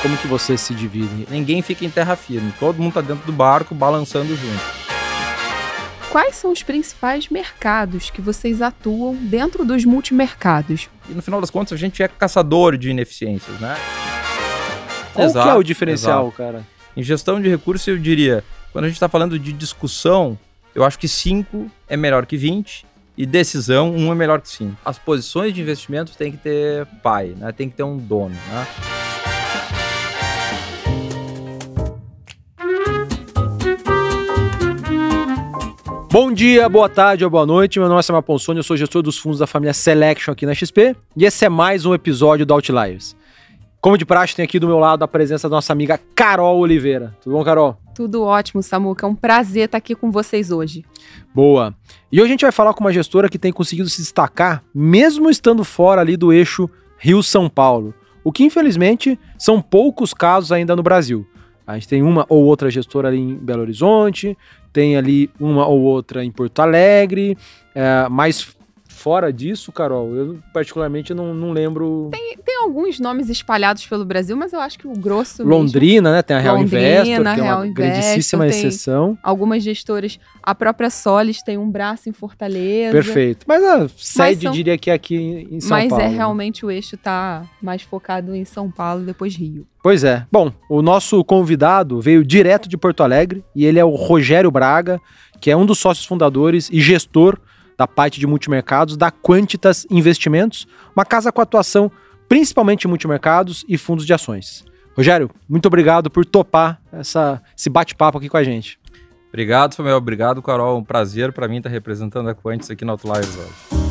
Como que vocês se dividem? Ninguém fica em terra firme, todo mundo tá dentro do barco, balançando junto. Quais são os principais mercados que vocês atuam dentro dos multimercados? E no final das contas, a gente é caçador de ineficiências, né? Qual que é o diferencial, cara? Em gestão de recursos, eu diria, quando a gente está falando de discussão, eu acho que 5 é melhor que 20 e decisão, 1 é melhor que 5. As posições de investimento tem que ter pai, né? Tem que ter um dono, né? Bom dia, boa tarde ou boa noite, meu nome é Samuel Ponsoni, eu sou gestor dos fundos da família Selection aqui na XP e esse é mais um episódio do Outliers. Como de praxe, tem aqui do meu lado a presença da nossa amiga Carol Oliveira. Tudo bom, Carol? Tudo ótimo, Samuca. É um prazer estar aqui com vocês hoje. Boa. E hoje a gente vai falar com uma gestora que tem conseguido se destacar, mesmo estando fora ali do eixo Rio-São Paulo, o que infelizmente são poucos casos ainda no Brasil. A gente tem uma ou outra gestora ali em Belo Horizonte, tem ali uma ou outra em Porto Alegre, mas fora disso, Carol, eu particularmente não lembro... Tem alguns nomes espalhados pelo Brasil, mas eu acho que o grosso Londrina, mesmo, né? Tem a Real Investor, que é Real uma Investor, grandíssima exceção. Algumas gestoras, a própria Solis tem um braço em Fortaleza. Perfeito. Mas a sede diria que é aqui em São Paulo. Mas realmente o eixo tá mais focado em São Paulo e depois Rio. Pois é. Bom, o nosso convidado veio direto de Porto Alegre e ele é o Rogério Braga, que é um dos sócios fundadores e gestor da parte de multimercados da Quantitas Investimentos, uma casa com atuação principalmente em multimercados e fundos de ações. Rogério, muito obrigado por topar esse bate-papo aqui com a gente. Obrigado, Samuel. Obrigado, Carol. Um prazer para mim estar representando a Quantitas aqui no Outliers hoje.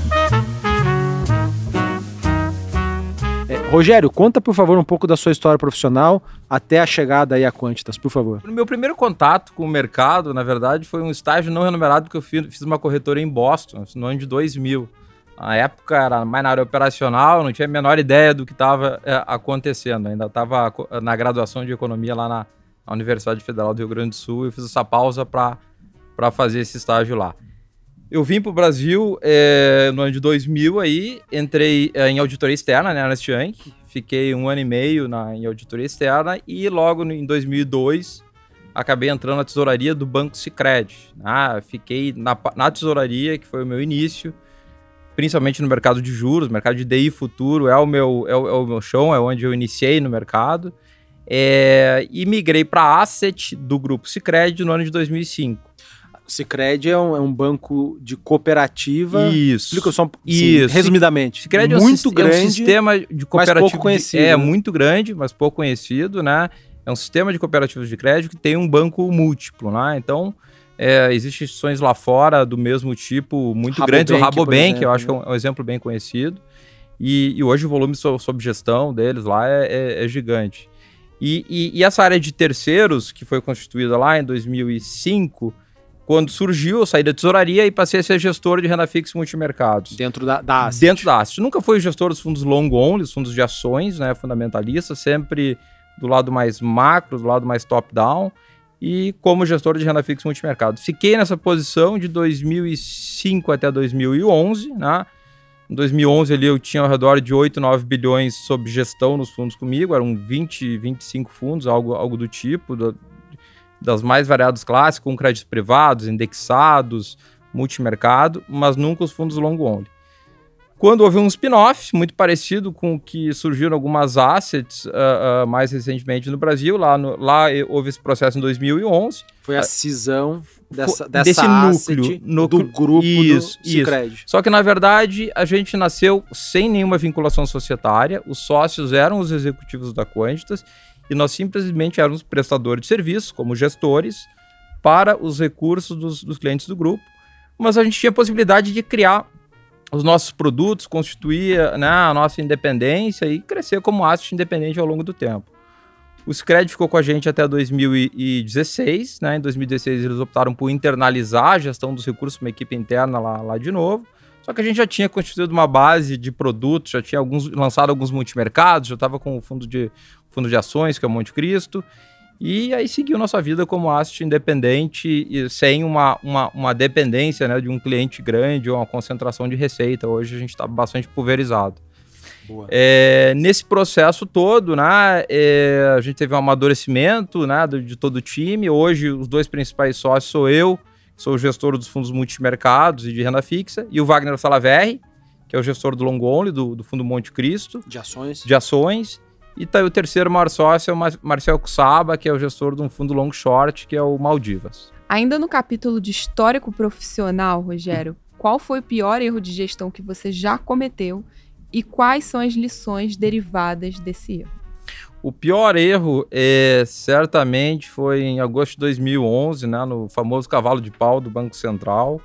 Rogério, conta, por favor, um pouco da sua história profissional até a chegada aí à Quantitas, por favor. O meu primeiro contato com o mercado, na verdade, foi um estágio não remunerado que eu fiz uma corretora em Boston, no ano de 2000. Na época era mais na área operacional, não tinha a menor ideia do que estava acontecendo. Ainda estava na graduação de economia lá na Universidade Federal do Rio Grande do Sul e fiz essa pausa para fazer esse estágio lá. Eu vim para o Brasil no ano de 2000, aí entrei em auditoria externa, né, na Ernst Young, fiquei 1 ano e meio em auditoria externa e logo em 2002 acabei entrando na tesouraria do Banco Sicredi. Fiquei na tesouraria, que foi o meu início, principalmente no mercado de juros, mercado de DI futuro é o meu chão, é onde eu iniciei no mercado, e migrei para Asset do Grupo Sicredi no ano de 2005. Sicredi é um banco de cooperativa. Isso. Explica só resumidamente. Sicredi muito grande, é um sistema de cooperativa, mas pouco conhecido. Muito grande, mas pouco conhecido, né? É um sistema de cooperativas de crédito que tem um banco múltiplo, né? Então, existem instituições lá fora do mesmo tipo, muito grandes. O Rabobank, eu acho que é um exemplo bem conhecido. E hoje o volume sob gestão deles lá é gigante. E essa área de terceiros, que foi constituída lá em 2005... Quando surgiu, eu saí da tesouraria e passei a ser gestor de renda fixa e multimercados. Dentro da Asset. Dentro da Asset. Nunca fui gestor dos fundos long only, os fundos de ações, né, fundamentalista, sempre do lado mais macro, do lado mais top-down, e como gestor de renda fixa e multimercados. Fiquei nessa posição de 2005 até 2011, né? Em 2011 ali eu tinha ao redor de 8, 9 bilhões sob gestão nos fundos comigo, eram 20, 25 fundos, algo do tipo, das mais variadas classes, com créditos privados, indexados, multimercado, mas nunca os fundos long only. Quando houve um spin-off, muito parecido com o que surgiram algumas assets mais recentemente no Brasil, lá houve esse processo em 2011. Foi a cisão desse núcleo do grupo do Sicredi. Só que, na verdade, a gente nasceu sem nenhuma vinculação societária, os sócios eram os executivos da Quantitas, e nós simplesmente éramos prestadores de serviços, como gestores, para os recursos dos clientes do grupo. Mas a gente tinha a possibilidade de criar os nossos produtos, constituir, né, a nossa independência e crescer como asset independente ao longo do tempo. O Sicredi ficou com a gente até 2016. Né? Em 2016 eles optaram por internalizar a gestão dos recursos, uma equipe interna lá de novo. Só que a gente já tinha constituído uma base de produtos, já tinha lançado alguns multimercados, já estava com o fundo de ações, que é o Monte Cristo, e aí seguiu nossa vida como asset independente e sem uma dependência, né, de um cliente grande ou uma concentração de receita. Hoje a gente está bastante pulverizado. Boa. Nesse processo todo, né, a gente teve um amadurecimento, né, de todo o time. Hoje, os 2 principais sócios sou eu, que sou o gestor dos fundos multimercados e de renda fixa, e o Wagner Salaverry, que é o gestor do long only, do Fundo Monte Cristo. De ações. De ações. E tá, o terceiro maior sócio é o Marcel Kusaba, que é o gestor de um fundo long short, que é o Maldivas. Ainda no capítulo de histórico profissional, Rogério, qual foi o pior erro de gestão que você já cometeu e quais são as lições derivadas desse erro? O pior erro, certamente, foi em agosto de 2011, né, no famoso cavalo de pau do Banco Central.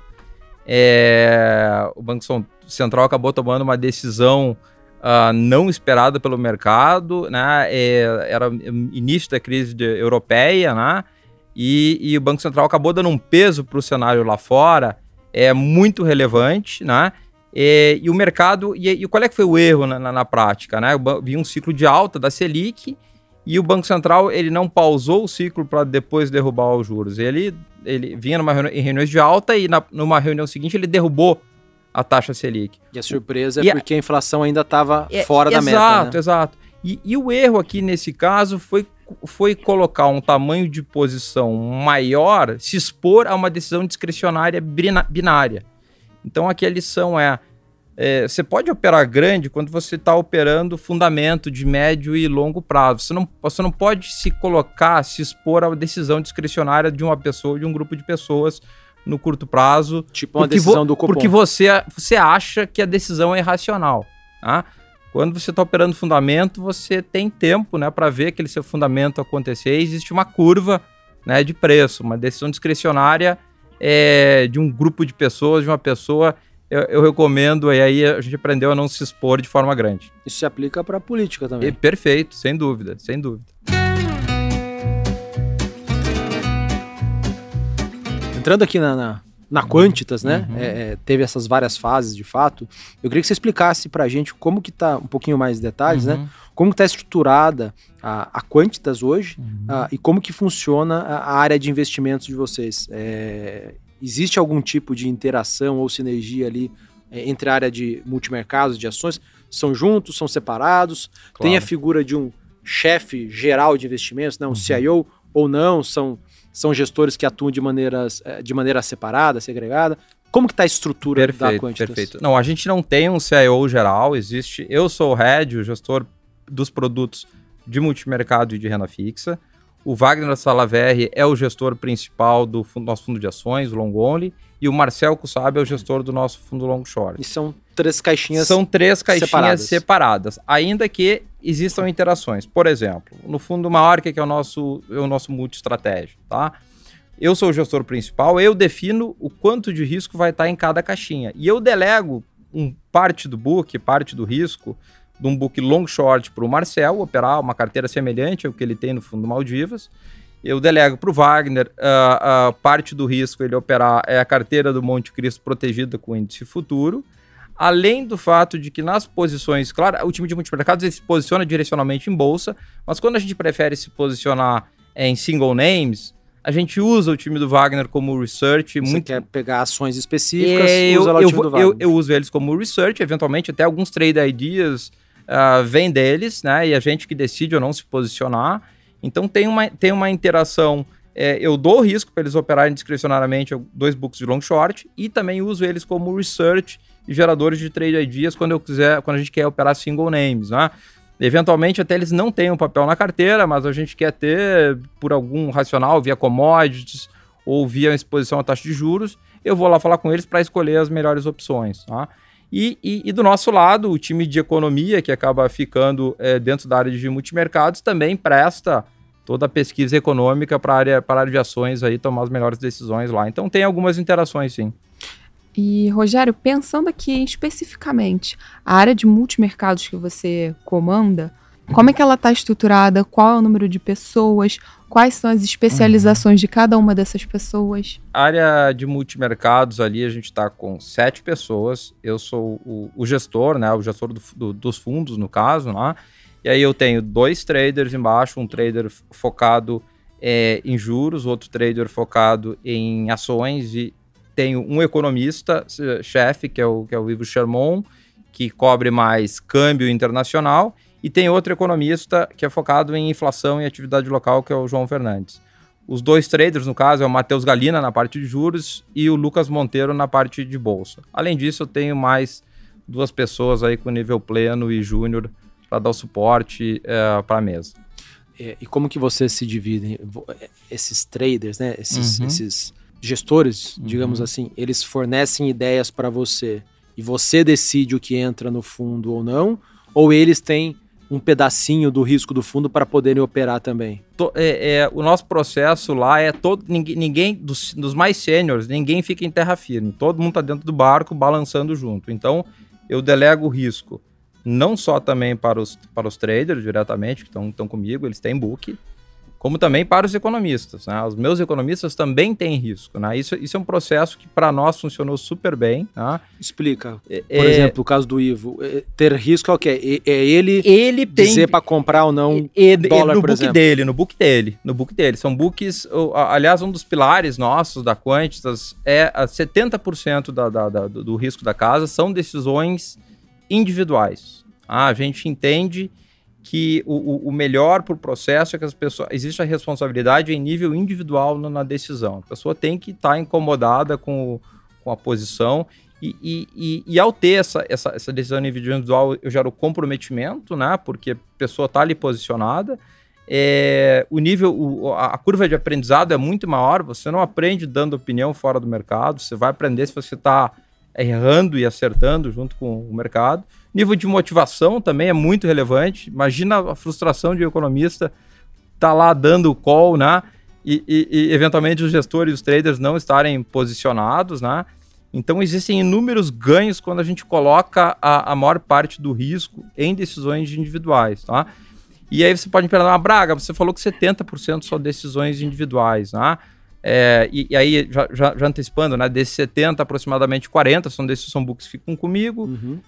O Banco Central acabou tomando uma decisão não esperada pelo mercado, né, era início da crise europeia, né, e o Banco Central acabou dando um peso para o cenário lá fora, muito relevante, né? E o mercado... E qual é que foi o erro na prática, né? Vinha um ciclo de alta da Selic e o Banco Central ele não pausou o ciclo para depois derrubar os juros. Ele vinha em reuniões de alta e numa reunião seguinte ele derrubou a taxa Selic. E a surpresa é porque a inflação ainda estava fora da meta, né? Exato. E o erro aqui nesse caso foi colocar um tamanho de posição maior, se expor a uma decisão discricionária binária. Então aqui a lição você pode operar grande quando você está operando fundamento de médio e longo prazo. Você não pode se expor a decisão discricionária de uma pessoa, de um grupo de pessoas no curto prazo. Tipo uma decisão do cupom. Porque você acha que a decisão é irracional, tá? Quando você está operando fundamento, você tem tempo, né, para ver aquele seu fundamento acontecer. Existe uma curva, né, de preço, uma decisão discricionária de um grupo de pessoas, de uma pessoa. Eu recomendo, e aí a gente aprendeu a não se expor de forma grande. Isso se aplica para a política também. Perfeito, sem dúvida, sem dúvida. Entrando aqui na Quantitas, né? Teve essas várias fases, de fato. Eu queria que você explicasse pra gente como que tá, um pouquinho mais de detalhes, né? Como que tá estruturada a Quantitas hoje e como que funciona a área de investimentos de vocês. Existe algum tipo de interação ou sinergia ali entre a área de multimercados, de ações? São juntos, são separados? Claro. Tem a figura de um chefe geral de investimentos, né? Um CIO ou não? São gestores que atuam de maneira separada, segregada? Como que está a estrutura da Quantitas? Perfeito. Não, a gente não tem um CIO geral, eu sou o head, o gestor dos produtos de multimercado e de renda fixa. O Wagner Salaverry é o gestor principal do nosso fundo de ações, o Long Only, e o Marcel Kusaba é o gestor do nosso fundo Long Short. E são 3 caixinhas separadas, ainda que existam interações. Por exemplo, no fundo maior, que é o nosso multi-estratégia, tá? Eu sou o gestor principal, eu defino o quanto de risco vai estar em cada caixinha. E eu delego parte do book, parte do risco, de um book long short para o Marcel operar uma carteira semelhante ao que ele tem no fundo Maldivas. Eu delego para o Wagner a parte do risco, ele operar a carteira do Monte Cristo protegida com índice futuro. Além do fato de que nas posições, claro, o time de multimercados ele se posiciona direcionalmente em bolsa, mas quando a gente prefere se posicionar em single names, a gente usa o time do Wagner como research. Você quer pegar ações específicas, usa lá o time do Wagner. Eu uso eles como research, eventualmente até alguns trade ideas vêm deles, né? E a gente que decide ou não se posicionar. Então tem uma interação. Eu dou o risco para eles operarem discricionariamente 2 books de long short e também uso eles como research e geradores de trade ideas quando a gente quer operar single names, né? Eventualmente até eles não têm um papel na carteira, mas a gente quer ter por algum racional, via commodities ou via exposição à taxa de juros, eu vou lá falar com eles para escolher as melhores opções, tá? E do nosso lado, o time de economia, que acaba ficando dentro da área de multimercados, também presta toda a pesquisa econômica para a área de ações aí tomar as melhores decisões lá. Então tem algumas interações, sim. E, Rogério, pensando aqui especificamente, a área de multimercados que você comanda, como é que ela está estruturada? Qual é o número de pessoas? Quais são as especializações de cada uma dessas pessoas? A área de multimercados ali, a gente está com 7 pessoas. Eu sou o gestor, né? O gestor dos fundos, no caso, né? E aí eu tenho 2 traders embaixo, um trader focado em juros, outro trader focado em ações, e tenho um economista-chefe, que é o Ivo Sherman, que cobre mais câmbio internacional, e tem outro economista que é focado em inflação e atividade local, que é o João Fernandes. Os 2 traders, no caso, é o Matheus Galina na parte de juros e o Lucas Monteiro na parte de bolsa. Além disso, eu tenho mais 2 pessoas aí com nível pleno e júnior para dar o suporte para a mesa. E como que vocês se dividem? Esses traders, né? Esses gestores, digamos assim, eles fornecem ideias para você e você decide o que entra no fundo ou não? Ou eles têm um pedacinho do risco do fundo para poderem operar também? O nosso processo lá é todo... Ninguém dos mais sêniores, ninguém fica em terra firme. Todo mundo está dentro do barco, balançando junto. Então, eu delego o risco não só também para os traders diretamente, que estão comigo, eles têm book, como também para os economistas, né? Os meus economistas também têm risco, né? Isso é um processo que para nós funcionou super bem, né? Explica. Por exemplo, o caso do Ivo. Ter risco é o quê? É ele dizer para comprar ou não dólar, no por book exemplo? No book dele. São books, aliás, um dos pilares nossos da Quantitas é 70% do risco da casa são decisões individuais. A gente entende que o melhor para o processo é que as pessoas... Existe a responsabilidade em nível individual na decisão. A pessoa tem que estar incomodada com a posição e ao ter essa decisão individual, eu gero comprometimento, né? Porque a pessoa está ali posicionada. A curva de aprendizado é muito maior. Você não aprende dando opinião fora do mercado. Você vai aprender se você está errando e acertando junto com o mercado. Nível de motivação também é muito relevante. Imagina a frustração de um economista tá lá dando call, né? E eventualmente os gestores e os traders não estarem posicionados, né? Então existem inúmeros ganhos quando a gente coloca a maior parte do risco em decisões individuais, tá? E aí você pode me perguntar, Braga, você falou que 70% são decisões individuais, né? E aí, já antecipando, né, desses 70, aproximadamente 40 são books que ficam comigo,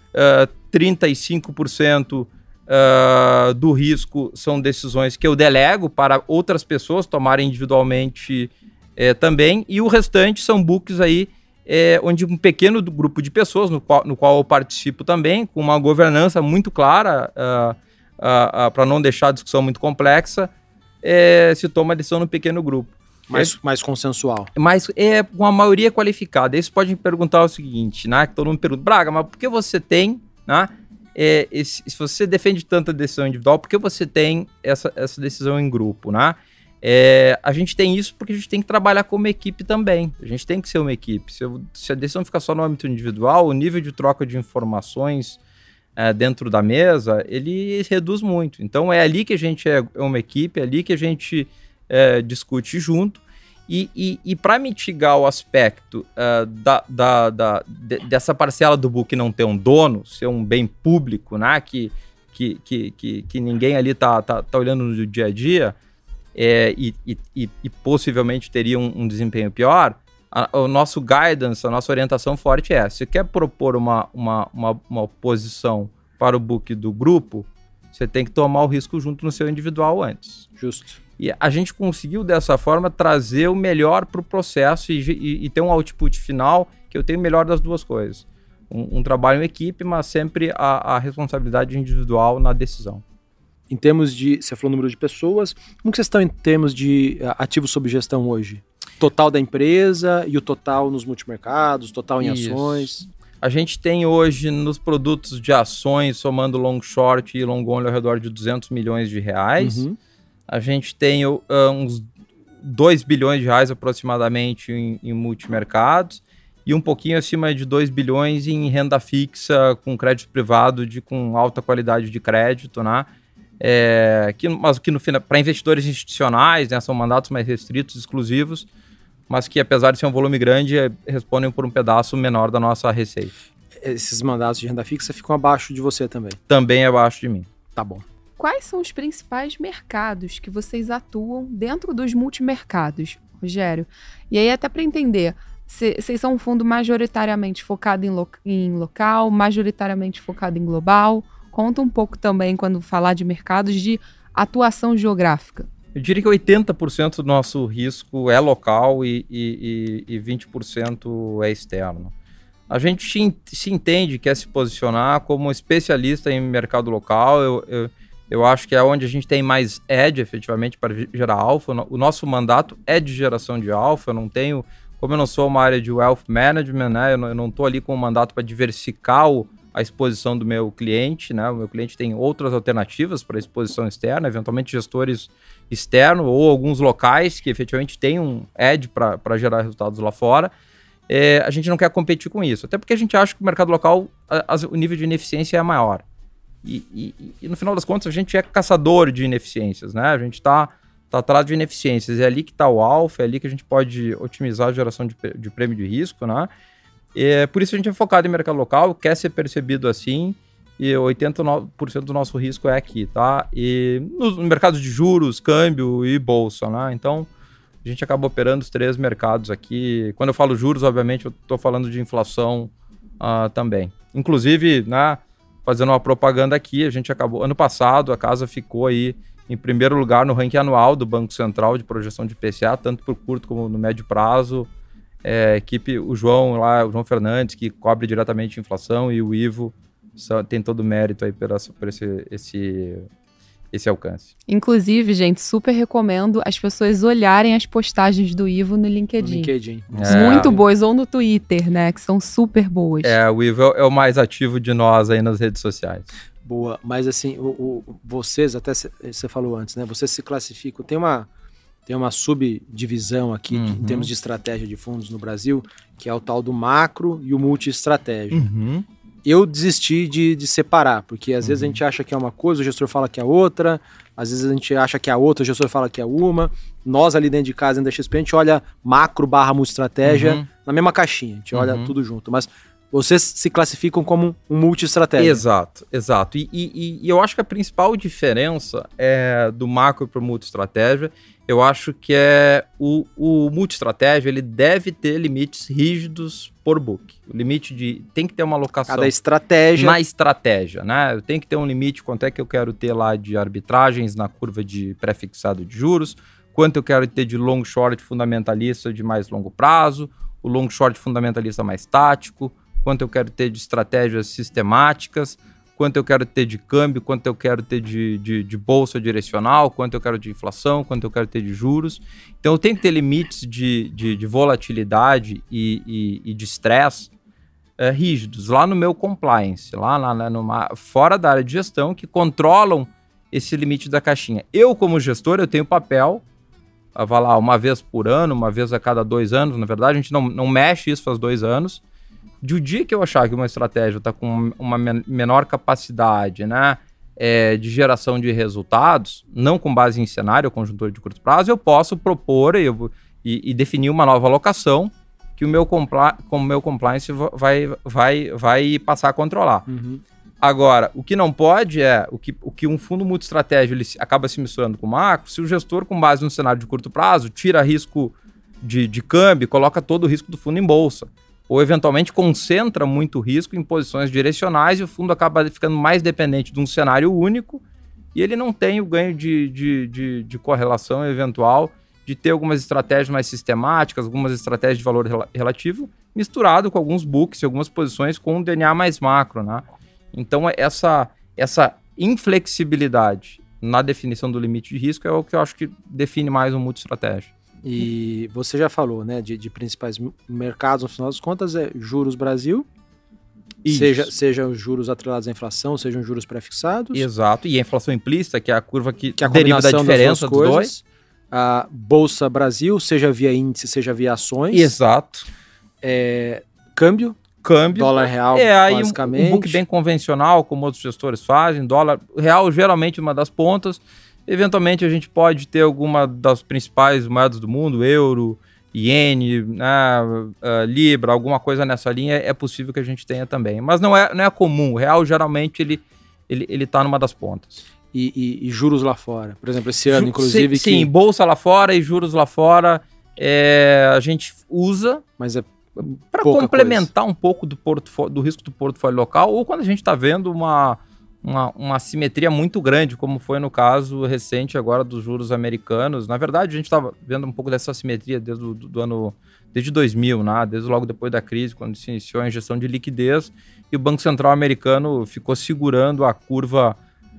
35% do risco são decisões que eu delego para outras pessoas tomarem individualmente também, e o restante são books aí, onde um pequeno grupo de pessoas, no qual eu participo também, com uma governança muito clara, para não deixar a discussão muito complexa, se toma a decisão no pequeno grupo. Mais consensual. Mas com a maioria qualificada. Aí você pode me perguntar o seguinte, né? Que todo mundo pergunta, Braga, mas por que você tem, né? Se você defende tanta decisão individual, por que você tem essa decisão em grupo, né? A gente tem isso porque a gente tem que trabalhar como equipe também. A gente tem que ser uma equipe. Se a decisão ficar só no âmbito individual, o nível de troca de informações dentro da mesa, ele reduz muito. Então é ali que a gente é uma equipe, é ali que a gente discute junto, e para mitigar o aspecto dessa parcela do book não ter um dono, ser um bem público, né, que ninguém ali tá olhando no dia a dia, e possivelmente teria um desempenho pior, o nosso guidance, a nossa orientação forte é, se quer propor uma posição para o book do grupo, você tem que tomar o risco junto no seu individual antes. Justo. E a gente conseguiu, dessa forma, trazer o melhor para o processo e ter um output final que eu tenho o melhor das duas coisas. Um trabalho em equipe, mas sempre a responsabilidade individual na decisão. Em termos de... Você falou o número de pessoas. Como que vocês estão em termos de ativos sob gestão hoje? Total da empresa e o total nos multimercados, total em ações? A gente tem hoje nos produtos de ações, somando long short e long only, ao redor de 200 milhões de reais. Uhum. A gente tem uns 2 bilhões de reais aproximadamente em multimercados e um pouquinho acima de 2 bilhões em renda fixa com crédito privado com alta qualidade de crédito, né? Mas que no final, para investidores institucionais, né, são mandatos mais restritos, exclusivos, mas que apesar de ser um volume grande, respondem por um pedaço menor da nossa receita. Esses mandatos de renda fixa ficam abaixo de você também? Também abaixo de mim. Tá bom. Quais são os principais mercados que vocês atuam dentro dos multimercados, Rogério? E aí, até para entender, vocês são um fundo majoritariamente focado em local, majoritariamente focado em global? Conta um pouco também, quando falar de mercados, de atuação geográfica. Eu diria que 80% do nosso risco é local e 20% é externo. A gente se entende, quer se posicionar como especialista em mercado local. Eu acho que é onde a gente tem mais edge, efetivamente, para gerar alfa. O nosso mandato é de geração de alfa. Eu não tenho, como eu não sou uma área de wealth management, né? Eu não estou ali com um mandato para diversificar a exposição do meu cliente, né? O meu cliente tem outras alternativas para exposição externa, eventualmente gestores externos ou alguns locais que efetivamente têm um edge para gerar resultados lá fora. A gente não quer competir com isso, até porque a gente acha que o mercado local, o nível de ineficiência é maior. E no final das contas a gente é caçador de ineficiências, né? A gente está atrás de ineficiências, é ali que está o alfa, é ali que a gente pode otimizar a geração de prêmio de risco, né? Por isso a gente é focado em mercado local, quer ser percebido assim, e 89% do nosso risco é aqui, tá? E nos mercados de juros, câmbio e bolsa, né? Então, a gente acaba operando os 3 mercados aqui. Quando eu falo juros, obviamente, eu estou falando de inflação também. Inclusive, né, fazendo uma propaganda aqui, a gente acabou... Ano passado, a casa ficou aí em primeiro lugar no ranking anual do Banco Central de projeção de IPCA, tanto por curto como no médio prazo. Equipe, o João Fernandes, que cobre diretamente inflação, e o Ivo tem todo o mérito aí por esse alcance. Inclusive, gente, super recomendo as pessoas olharem as postagens do Ivo no LinkedIn. Muito boas, ou no Twitter, né, que são super boas. O Ivo é o mais ativo de nós aí nas redes sociais. Boa, mas assim, vocês, até você falou antes, né, vocês se classificam, tem uma subdivisão aqui em termos de estratégia de fundos no Brasil, que é o tal do macro e o multi-estratégia. Eu desisti de separar, porque às vezes a gente acha que é uma coisa, o gestor fala que é outra, às vezes a gente acha que é outra, o gestor fala que é uma. Nós ali dentro de casa, dentro da XP, a gente olha macro / multi-estratégia na mesma caixinha, a gente olha tudo junto, mas vocês se classificam como um multi-estratégia. Exato. E eu acho que a principal diferença do macro para o multi-estratégia, eu acho que o multi-estratégia, ele deve ter limites rígidos por book. O limite tem que ter uma alocação cada estratégia na estratégia, né? Eu tenho que ter um limite, quanto é que eu quero ter lá de arbitragens na curva de pré-fixado de juros, quanto eu quero ter de long short fundamentalista de mais longo prazo, o long short fundamentalista mais tático, quanto eu quero ter de estratégias sistemáticas, quanto eu quero ter de câmbio, quanto eu quero ter de bolsa direcional, quanto eu quero de inflação, quanto eu quero ter de juros. Então eu tenho que ter limites de volatilidade e de estresse rígidos lá no meu compliance, fora da área de gestão, que controlam esse limite da caixinha. Eu, como gestor, eu tenho papel, vai lá, uma vez por ano, uma vez a cada 2 anos, na verdade, a gente não mexe isso faz 2 anos. De o dia que eu achar que uma estratégia está com uma menor capacidade, né, de geração de resultados, não com base em cenário ou conjuntura de curto prazo, eu posso propor e definir uma nova alocação que o meu compliance vai passar a controlar. Agora, o que não pode o que um fundo multi-estratégia ele acaba se misturando com o macro, se o gestor, com base no cenário de curto prazo, tira risco de câmbio, coloca todo o risco do fundo em bolsa, ou eventualmente concentra muito risco em posições direcionais e o fundo acaba ficando mais dependente de um cenário único e ele não tem o ganho de correlação eventual, de ter algumas estratégias mais sistemáticas, algumas estratégias de valor relativo, misturado com alguns books e algumas posições com um DNA mais macro, né? Então, essa inflexibilidade na definição do limite de risco é o que eu acho que define mais um multi-estratégia. E você já falou, né, de principais mercados, no final das contas, juros Brasil, seja os juros atrelados à inflação, sejam juros pré-fixados. Exato, e a inflação implícita, que é a curva que deriva da diferença dos dois. A Bolsa Brasil, seja via índice, seja via ações. Exato. Câmbio, dólar real, basicamente. Um book bem convencional, como outros gestores fazem, dólar real geralmente uma das pontas. Eventualmente a gente pode ter alguma das principais moedas do mundo, euro, iene, libra, alguma coisa nessa linha, é possível que a gente tenha também. Mas não é comum, o real geralmente ele tá numa das pontas. E juros lá fora? Por exemplo, esse ano, inclusive... Sim, bolsa lá fora e juros lá fora, a gente usa... Mas para complementar um pouco do risco do portfólio local, ou quando a gente está vendo uma simetria muito grande, como foi no caso recente agora dos juros americanos. Na verdade, a gente estava vendo um pouco dessa simetria desde 2000, né? Desde logo depois da crise, quando se iniciou a injeção de liquidez, e o Banco Central americano ficou segurando a curva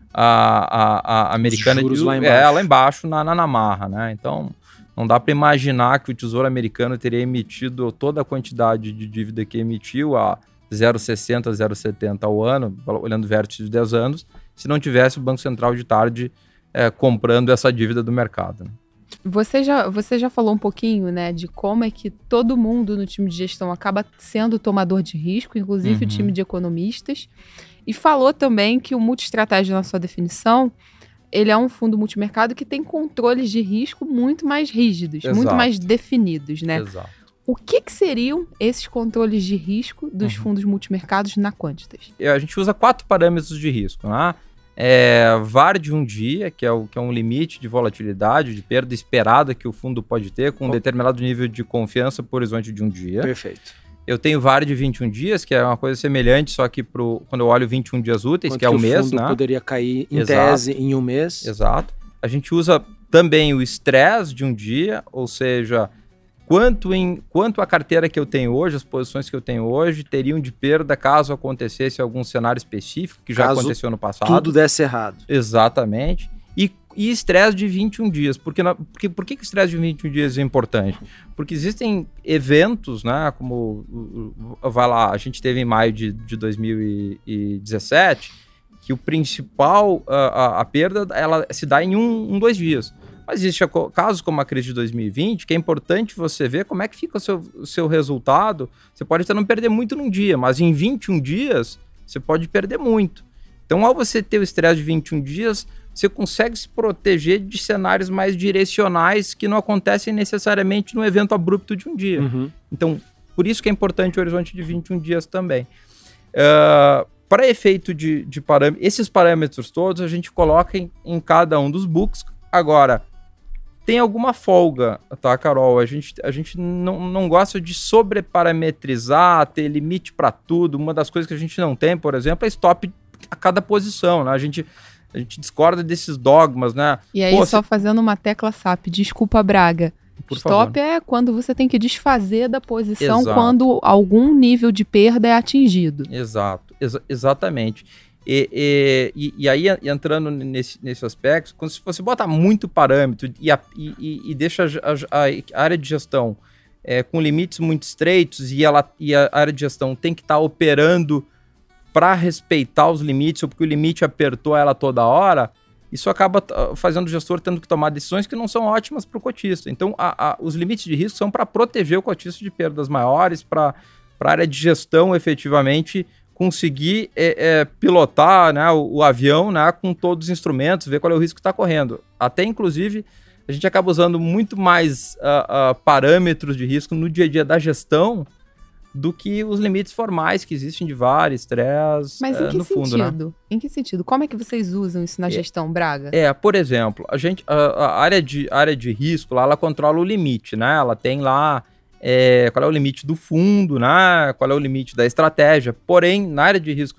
a americana juros lá embaixo. Lá embaixo na marra, né? Então, não dá para imaginar que o Tesouro Americano teria emitido toda a quantidade de dívida que emitiu a 0,60, 0,70 ao ano, olhando o vértice de 10 anos, se não tivesse o Banco Central de tarde comprando essa dívida do mercado. Né? Você já falou um pouquinho, né, de como é que todo mundo no time de gestão acaba sendo tomador de risco, inclusive o time de economistas, e falou também que o multi-estratégia, na sua definição, ele é um fundo multimercado que tem controles de risco muito mais rígidos, Exato. muito mais definidos, né? Exato. O que seriam esses controles de risco dos fundos multimercados na Quantitas? A gente usa 4 parâmetros de risco, né? VaR de um dia, que é um limite de volatilidade, de perda esperada que o fundo pode ter com um determinado nível de confiança por horizonte de um dia. Perfeito. Eu tenho VaR de 21 dias, que é uma coisa semelhante, só que quando eu olho 21 dias úteis, Quanto que é o mês, o fundo né? poderia cair em Exato. tese em um mês. Exato. A gente usa também o estresse de um dia, ou seja, quanto a carteira que eu tenho hoje, as posições que eu tenho hoje, teriam de perda caso acontecesse algum cenário específico, que já aconteceu no passado. Tudo desse errado. Exatamente. E estresse de 21 dias. Por que o estresse de 21 dias é importante? Porque existem eventos, né? Como vai lá, a gente teve em maio de 2017, que o principal, a perda, ela se dá em 2 dias. Mas existem casos como a crise de 2020, que é importante você ver como é que fica o seu resultado. Você pode até não perder muito num dia, mas em 21 dias, você pode perder muito. Então, ao você ter o estresse de 21 dias, você consegue se proteger de cenários mais direcionais que não acontecem necessariamente no evento abrupto de um dia. Então, por isso que é importante o horizonte de 21 dias também. Para efeito de parâmetros, esses parâmetros todos a gente coloca em cada um dos books. Agora, tem alguma folga, tá, Carol? A gente não gosta de sobreparametrizar, ter limite para tudo. Uma das coisas que a gente não tem, por exemplo, é stop a cada posição, né? A gente discorda desses dogmas, né? E aí, fazendo uma tecla SAP, desculpa, Braga. Por Stop favor. É quando você tem que desfazer da posição. Exato. Quando algum nível de perda é atingido. Exato, exatamente. E aí, entrando nesse aspecto, quando você bota muito parâmetro e deixa a área de gestão com limites muito estreitos e a área de gestão tem que estar operando para respeitar os limites, ou porque o limite apertou ela toda hora, isso acaba fazendo o gestor tendo que tomar decisões que não são ótimas para o cotista. Então, os limites de risco são para proteger o cotista de perdas maiores, para a área de gestão efetivamente conseguir pilotar, né, o avião, né, com todos os instrumentos, ver qual é o risco que está correndo. Até, inclusive, a gente acaba usando muito mais parâmetros de risco no dia a dia da gestão do que os limites formais que existem de VaR, estresse, Mas em que no fundo, sentido? né? Em que sentido? Como é que vocês usam isso na gestão, Braga? Por exemplo, a área de risco, lá, ela controla o limite, né? Ela tem lá qual é o limite do fundo, né? Qual é o limite da estratégia. Porém, na área de risco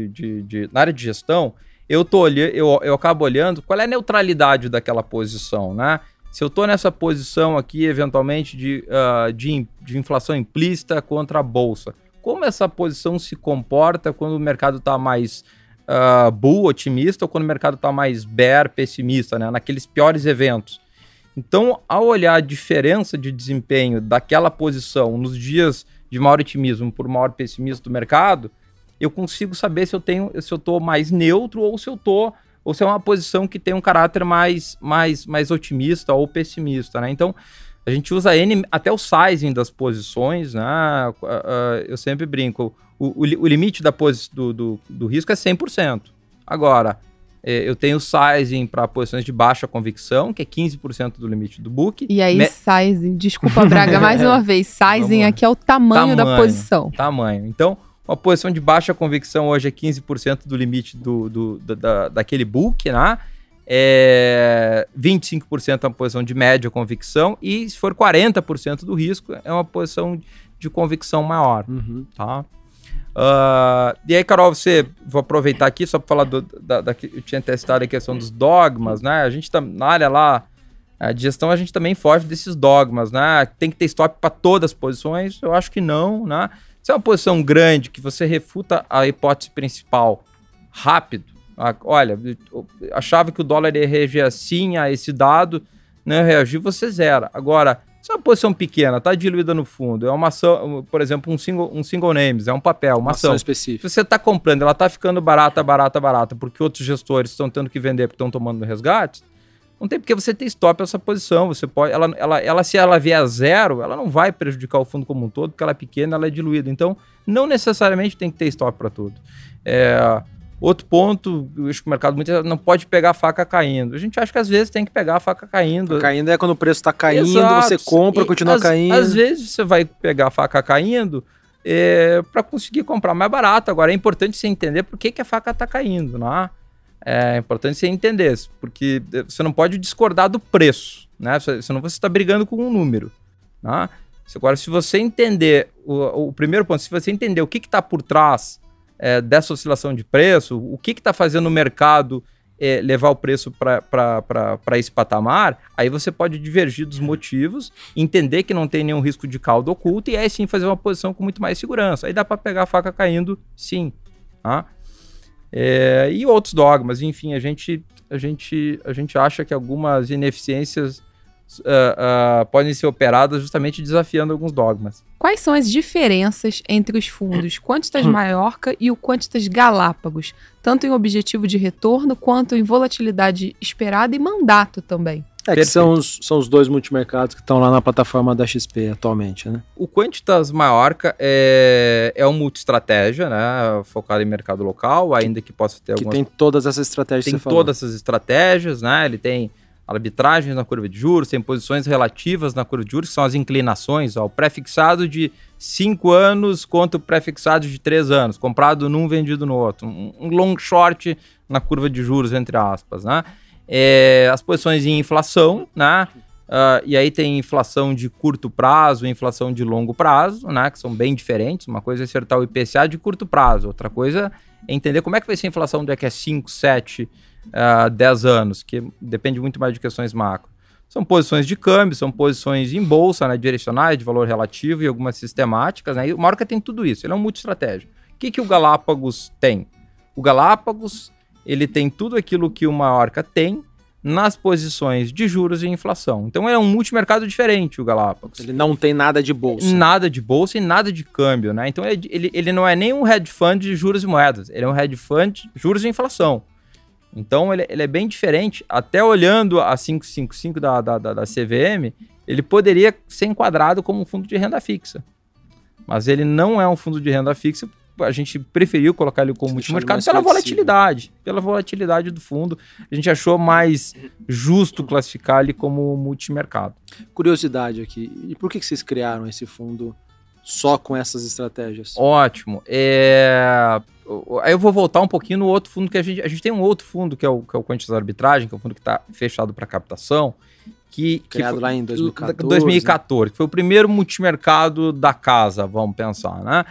na área de gestão, eu acabo olhando qual é a neutralidade daquela posição, né? Se eu estou nessa posição aqui, eventualmente, de inflação implícita contra a Bolsa, como essa posição se comporta quando o mercado está mais bull, otimista, ou quando o mercado está mais bear, pessimista, né? Naqueles piores eventos. Então, ao olhar a diferença de desempenho daquela posição nos dias de maior otimismo por maior pessimismo do mercado, eu consigo saber se eu estou mais neutro ou se é uma posição que tem um caráter mais otimista ou pessimista, né? Então, a gente usa até o sizing das posições, né? Eu sempre brinco, o limite do risco é 100%. Agora, eu tenho sizing para posições de baixa convicção, que é 15% do limite do book. E aí, sizing, desculpa, Braga, mais uma vez, sizing aqui é o tamanho da posição. Tamanho. Então, uma posição de baixa convicção hoje é 15% do limite daquele book, né? 25% é uma posição de média convicção, e se for 40% do risco, é uma posição de convicção maior. Tá? E aí, Carol, vou aproveitar aqui só para falar eu tinha testado a questão dos dogmas, né? A gente tá na área lá de gestão, a gente também foge desses dogmas, né? Tem que ter stop para todas as posições? Eu acho que não, né? Se é uma posição grande que você refuta a hipótese principal rápido, olha, eu achava que o dólar ia reagir assim a esse dado, não reagir, você zera. Agora, se é uma posição pequena, está diluída no fundo, é uma ação, por exemplo, um single names, é um papel, uma ação específica. Se você está comprando, ela está ficando barata, porque outros gestores estão tendo que vender porque estão tomando resgates, não tem porque você ter stop essa posição. Você pode, se ela vier a zero, ela não vai prejudicar o fundo como um todo, porque ela é pequena, ela é diluída. Então, não necessariamente tem que ter stop para tudo. Outro ponto, eu acho que o mercado não pode pegar a faca caindo. A gente acha que às vezes tem que pegar a faca caindo. Caindo é quando o preço está caindo, Exato. Você compra, continua caindo. Às vezes você vai pegar a faca caindo para conseguir comprar mais barato. Agora, é importante você entender por que a faca está caindo, né? É importante você entender, porque você não pode discordar do preço, né? Senão você está brigando com um número, né? Agora, se você entender o primeiro ponto, se você entender o que está por trás dessa oscilação de preço, o que está fazendo o mercado levar o preço para esse patamar, aí você pode divergir dos motivos, entender que não tem nenhum risco de cauda oculto e aí sim fazer uma posição com muito mais segurança. Aí dá para pegar a faca caindo, sim, tá? E outros dogmas, enfim, a gente acha que algumas ineficiências podem ser operadas justamente desafiando alguns dogmas. Quais são as diferenças entre os fundos Quantitas Maiorca e o Quantitas Galápagos, tanto em objetivo de retorno quanto em volatilidade esperada e mandato também? Que são os dois multimercados que estão lá na plataforma da XP atualmente, né? O Quantitas Maiorca é um multi-estratégia, né? Focado em mercado local, ainda que possa ter algumas... Que tem todas essas estratégias que você falou. Tem todas essas estratégias, né? Ele tem arbitragens na curva de juros, tem posições relativas na curva de juros, que são as inclinações, o pré-fixado de 5 anos contra o pré-fixado de 3 anos, comprado num, vendido no outro. Um long short na curva de juros, entre aspas, né? As posições em inflação, né? E aí tem inflação de curto prazo e inflação de longo prazo, né? Que são bem diferentes. Uma coisa é acertar o IPCA de curto prazo, outra coisa é entender como é que vai ser a inflação daqui a 5, 7, 10 anos, que depende muito mais de questões macro. São posições de câmbio, são posições em bolsa, né? Direcionais, de valor relativo e algumas sistemáticas, né? E o Maiorca tem tudo isso, ele é um multi-estratégia. O que o Galápagos tem? O Galápagos, ele tem tudo aquilo que o Maiorca tem nas posições de juros e inflação. Então é um multimercado diferente, o Galápagos. Ele não tem nada de bolsa. Nada de bolsa e nada de câmbio, né? Então ele não é nem um hedge fund de juros e moedas, ele é um hedge fund de juros e inflação. Então ele é bem diferente. Até olhando a 555 da CVM, ele poderia ser enquadrado como um fundo de renda fixa. Mas ele não é um fundo de renda fixa. A gente preferiu colocar ele como multimercado pela volatilidade do fundo. A gente achou mais justo classificar ele como multimercado. Curiosidade aqui, e por que vocês criaram esse fundo só com essas estratégias? Ótimo. Aí eu vou voltar um pouquinho no outro fundo que a gente tem um outro fundo que é o Quantitas Arbitragem, que é um fundo que está fechado para captação, criado lá em 2014, que foi o primeiro multimercado da casa, vamos pensar, né?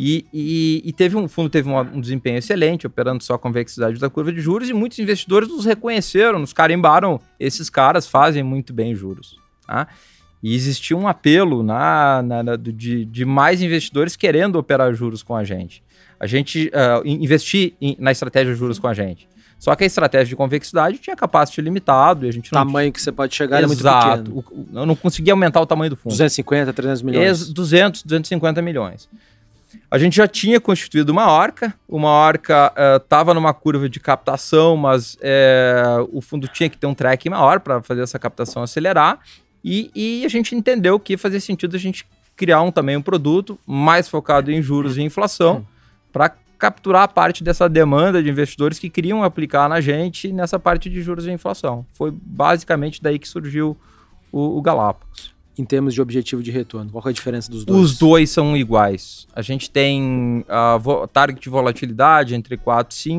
E o fundo teve um desempenho excelente, operando só a convexidade da curva de juros, e muitos investidores nos reconheceram, nos carimbaram, esses caras fazem muito bem juros, tá? E existia um apelo de mais investidores querendo operar juros com a gente. A gente investir na estratégia de juros com a gente. Só que a estratégia de convexidade tinha capacity limitado e a gente não... O tamanho que você pode chegar é muito pequeno. Eu não conseguia aumentar o tamanho do fundo. 250, 300 milhões. 250 milhões. A gente já tinha constituído uma Maiorca. O Maiorca estava numa curva de captação, mas o fundo tinha que ter um track maior para fazer essa captação acelerar. E a gente entendeu que fazia sentido a gente criar também um produto mais focado em juros e inflação para capturar a parte dessa demanda de investidores que queriam aplicar na gente nessa parte de juros e inflação. Foi basicamente daí que surgiu o Galápagos. Em termos de objetivo de retorno, qual é a diferença dos dois? Os dois são iguais. A gente tem target de volatilidade entre 4 e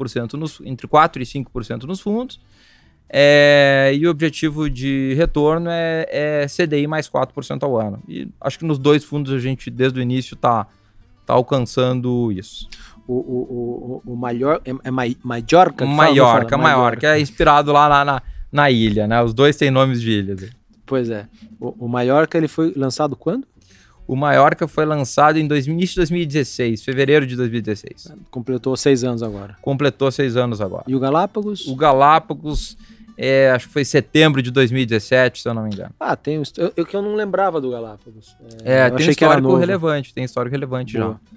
5% nos fundos. E o objetivo de retorno é CDI mais 4% ao ano. E acho que nos dois fundos a gente, desde o início, está está alcançando isso. O maior, Mallorca? Mallorca, é inspirado lá na ilha, né? Os dois têm nomes de ilhas. Pois é. O Mallorca, ele foi lançado quando? O Mallorca foi lançado em início de 2016, fevereiro de 2016. Completou 6 anos agora. Completou 6 anos agora. E o Galápagos? O Galápagos, acho que foi setembro de 2017, se eu não me engano. Tem eu não lembrava do Galápagos. Tem histórico relevante, Boa. Já.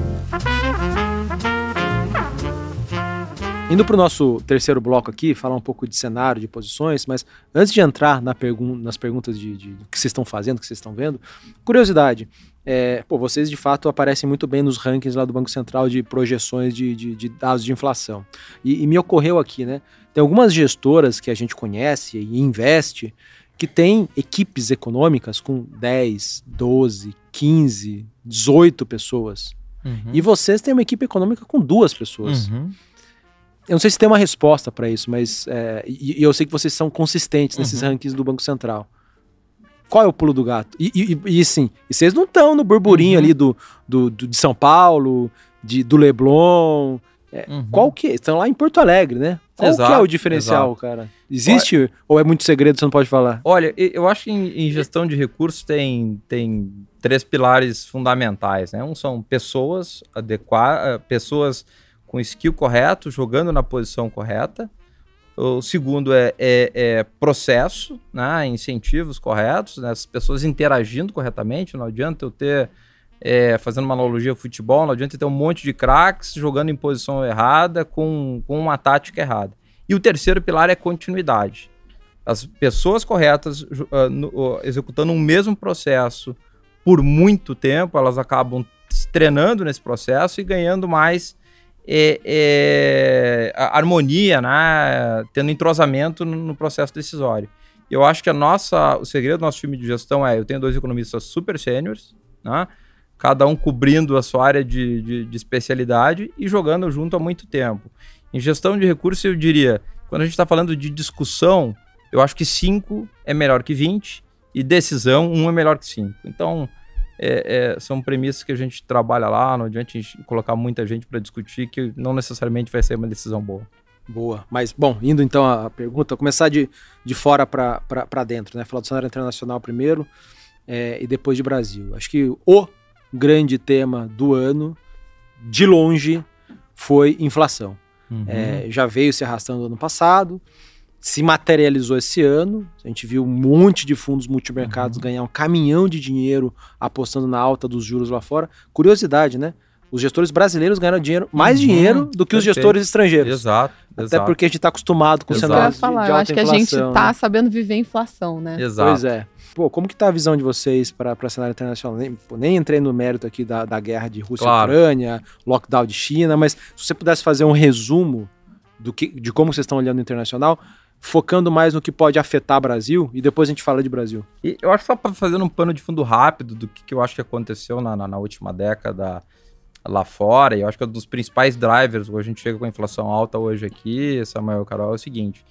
Indo para o nosso terceiro bloco aqui, falar um pouco de cenário, de posições, mas antes de entrar nas perguntas do que vocês estão fazendo, que vocês estão vendo, curiosidade, vocês de fato aparecem muito bem nos rankings lá do Banco Central de projeções de dados de inflação. E me ocorreu aqui, né? Tem algumas gestoras que a gente conhece e investe que tem equipes econômicas com 10, 12, 15, 18 pessoas. Uhum. E vocês têm uma equipe econômica com 2 pessoas. Uhum. Eu não sei se tem uma resposta para isso, mas eu sei que vocês são consistentes nesses rankings do Banco Central. Qual é o pulo do gato? E vocês não estão no burburinho ali de São Paulo, do Leblon. Qual que é? Estão lá em Porto Alegre, né? Qual que é o diferencial, cara? Existe ou é muito segredo, você não pode falar? Olha, eu acho que em gestão de recursos tem 3 pilares fundamentais, né? Um são pessoas adequadas, pessoas com o skill correto, jogando na posição correta. O segundo é processo, né? Incentivos corretos, né? As pessoas interagindo corretamente. Não adianta eu ter, fazendo uma analogia ao futebol, não adianta eu ter um monte de craques jogando em posição errada com uma tática errada. E o terceiro pilar é continuidade. As pessoas corretas executando um mesmo processo por muito tempo, elas acabam treinando nesse processo e ganhando mais harmonia, né? Tendo entrosamento no processo decisório. Eu acho que o segredo do nosso time de gestão eu tenho 2 economistas super sêniores, né? Cada um cobrindo a sua área de especialidade e jogando junto há muito tempo. Em gestão de recursos, eu diria, quando a gente está falando de discussão, eu acho que 5 é melhor que 20 e decisão, 1 é melhor que 5. Então, são premissas que a gente trabalha lá, não adianta a gente colocar muita gente para discutir, que não necessariamente vai ser uma decisão boa. Boa, mas bom, indo então à pergunta, começar de fora para dentro, né? Falar do cenário internacional primeiro e depois de Brasil. Acho que o grande tema do ano, de longe, foi inflação. Uhum. Já veio se arrastando no ano passado, se materializou esse ano, a gente viu um monte de fundos multimercados ganhar um caminhão de dinheiro apostando na alta dos juros lá fora. Curiosidade, né? Os gestores brasileiros ganharam mais dinheiro do que os gestores estrangeiros. Exato. Até porque a gente está acostumado com o cenário de alta eu acho que a gente inflação, está né? sabendo viver a inflação, né? Exato. Pois é. Como que tá a visão de vocês para cenário internacional? Nem entrei no mérito aqui da guerra de Rússia e Ucrânia, lockdown de China, mas se você pudesse fazer um resumo de como vocês estão olhando o internacional, focando mais no que pode afetar o Brasil, e depois a gente fala de Brasil. E eu acho que só fazendo um pano de fundo rápido do que eu acho que aconteceu na última década lá fora, e eu acho que é um dos principais drivers, hoje a gente chega com a inflação alta hoje aqui, Samuel, Carol, é o seguinte,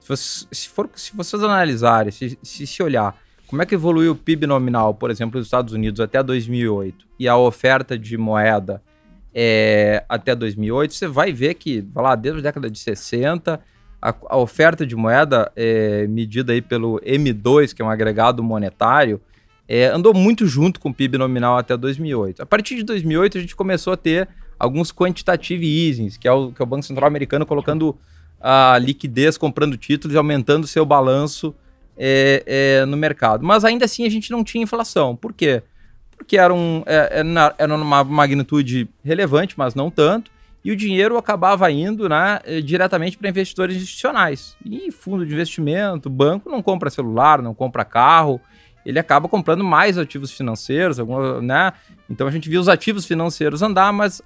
se vocês analisarem, se olhar, como é que evoluiu o PIB nominal, por exemplo, nos Estados Unidos até 2008, e a oferta de moeda até 2008, você vai ver que, desde a década de 60, a oferta de moeda medida aí pelo M2, que é um agregado monetário, andou muito junto com o PIB nominal até 2008. A partir de 2008, a gente começou a ter alguns quantitative easings, que é o Banco Central americano colocando a liquidez, comprando títulos e aumentando o seu balanço no mercado. Mas ainda assim a gente não tinha inflação. Por quê? Porque era uma magnitude relevante, mas não tanto, e o dinheiro acabava indo, né, diretamente para investidores institucionais. E fundo de investimento, banco não compra celular, não compra carro, ele acaba comprando mais ativos financeiros, né? Então a gente viu os ativos financeiros andar, mas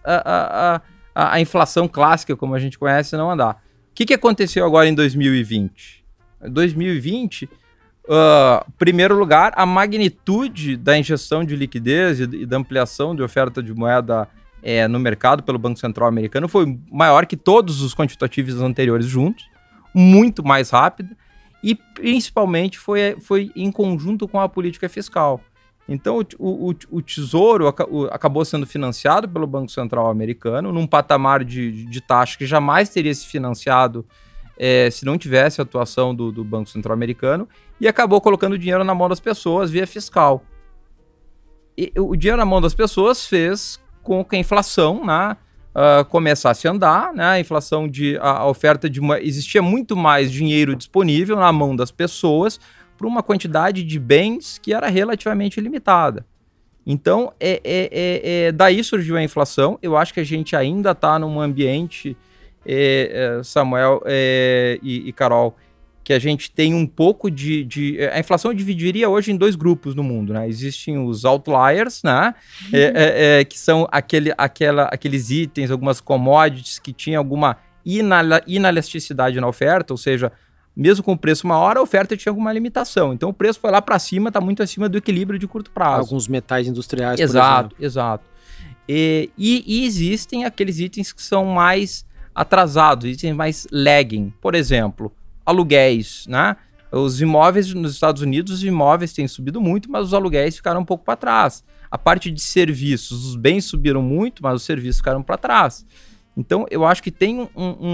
a inflação clássica, como a gente conhece, não andar. O que aconteceu agora em 2020? Em 2020, primeiro lugar, a magnitude da injeção de liquidez e da ampliação de oferta de moeda no mercado pelo Banco Central americano foi maior que todos os quantitativos anteriores juntos, muito mais rápida, e principalmente foi em conjunto com a política fiscal. Então, o Tesouro acabou sendo financiado pelo Banco Central americano num patamar de taxa que jamais teria se financiado se não tivesse a atuação do Banco Central americano, e acabou colocando dinheiro na mão das pessoas via fiscal. E o dinheiro na mão das pessoas fez com que a inflação, né, começasse a andar, né, a inflação a oferta existia muito mais dinheiro disponível na mão das pessoas para uma quantidade de bens que era relativamente limitada. Então, daí surgiu a inflação. Eu acho que a gente ainda está num ambiente, Samuel e Carol, que a gente tem um pouco a inflação eu dividiria hoje em 2 grupos no mundo, né? Existem os outliers, né? Que são aqueles itens, algumas commodities que tinham alguma inelasticidade na oferta, ou seja, mesmo com o preço maior, a oferta tinha alguma limitação. Então o preço foi lá para cima, está muito acima do equilíbrio de curto prazo. Alguns metais industriais, exato, por exemplo. Exato. E existem aqueles itens que são mais atrasados, itens mais lagging. Por exemplo, aluguéis, né? Os imóveis nos Estados Unidos, os imóveis têm subido muito, mas os aluguéis ficaram um pouco para trás. A parte de serviços, os bens subiram muito, mas os serviços ficaram para trás. Então, eu acho que tem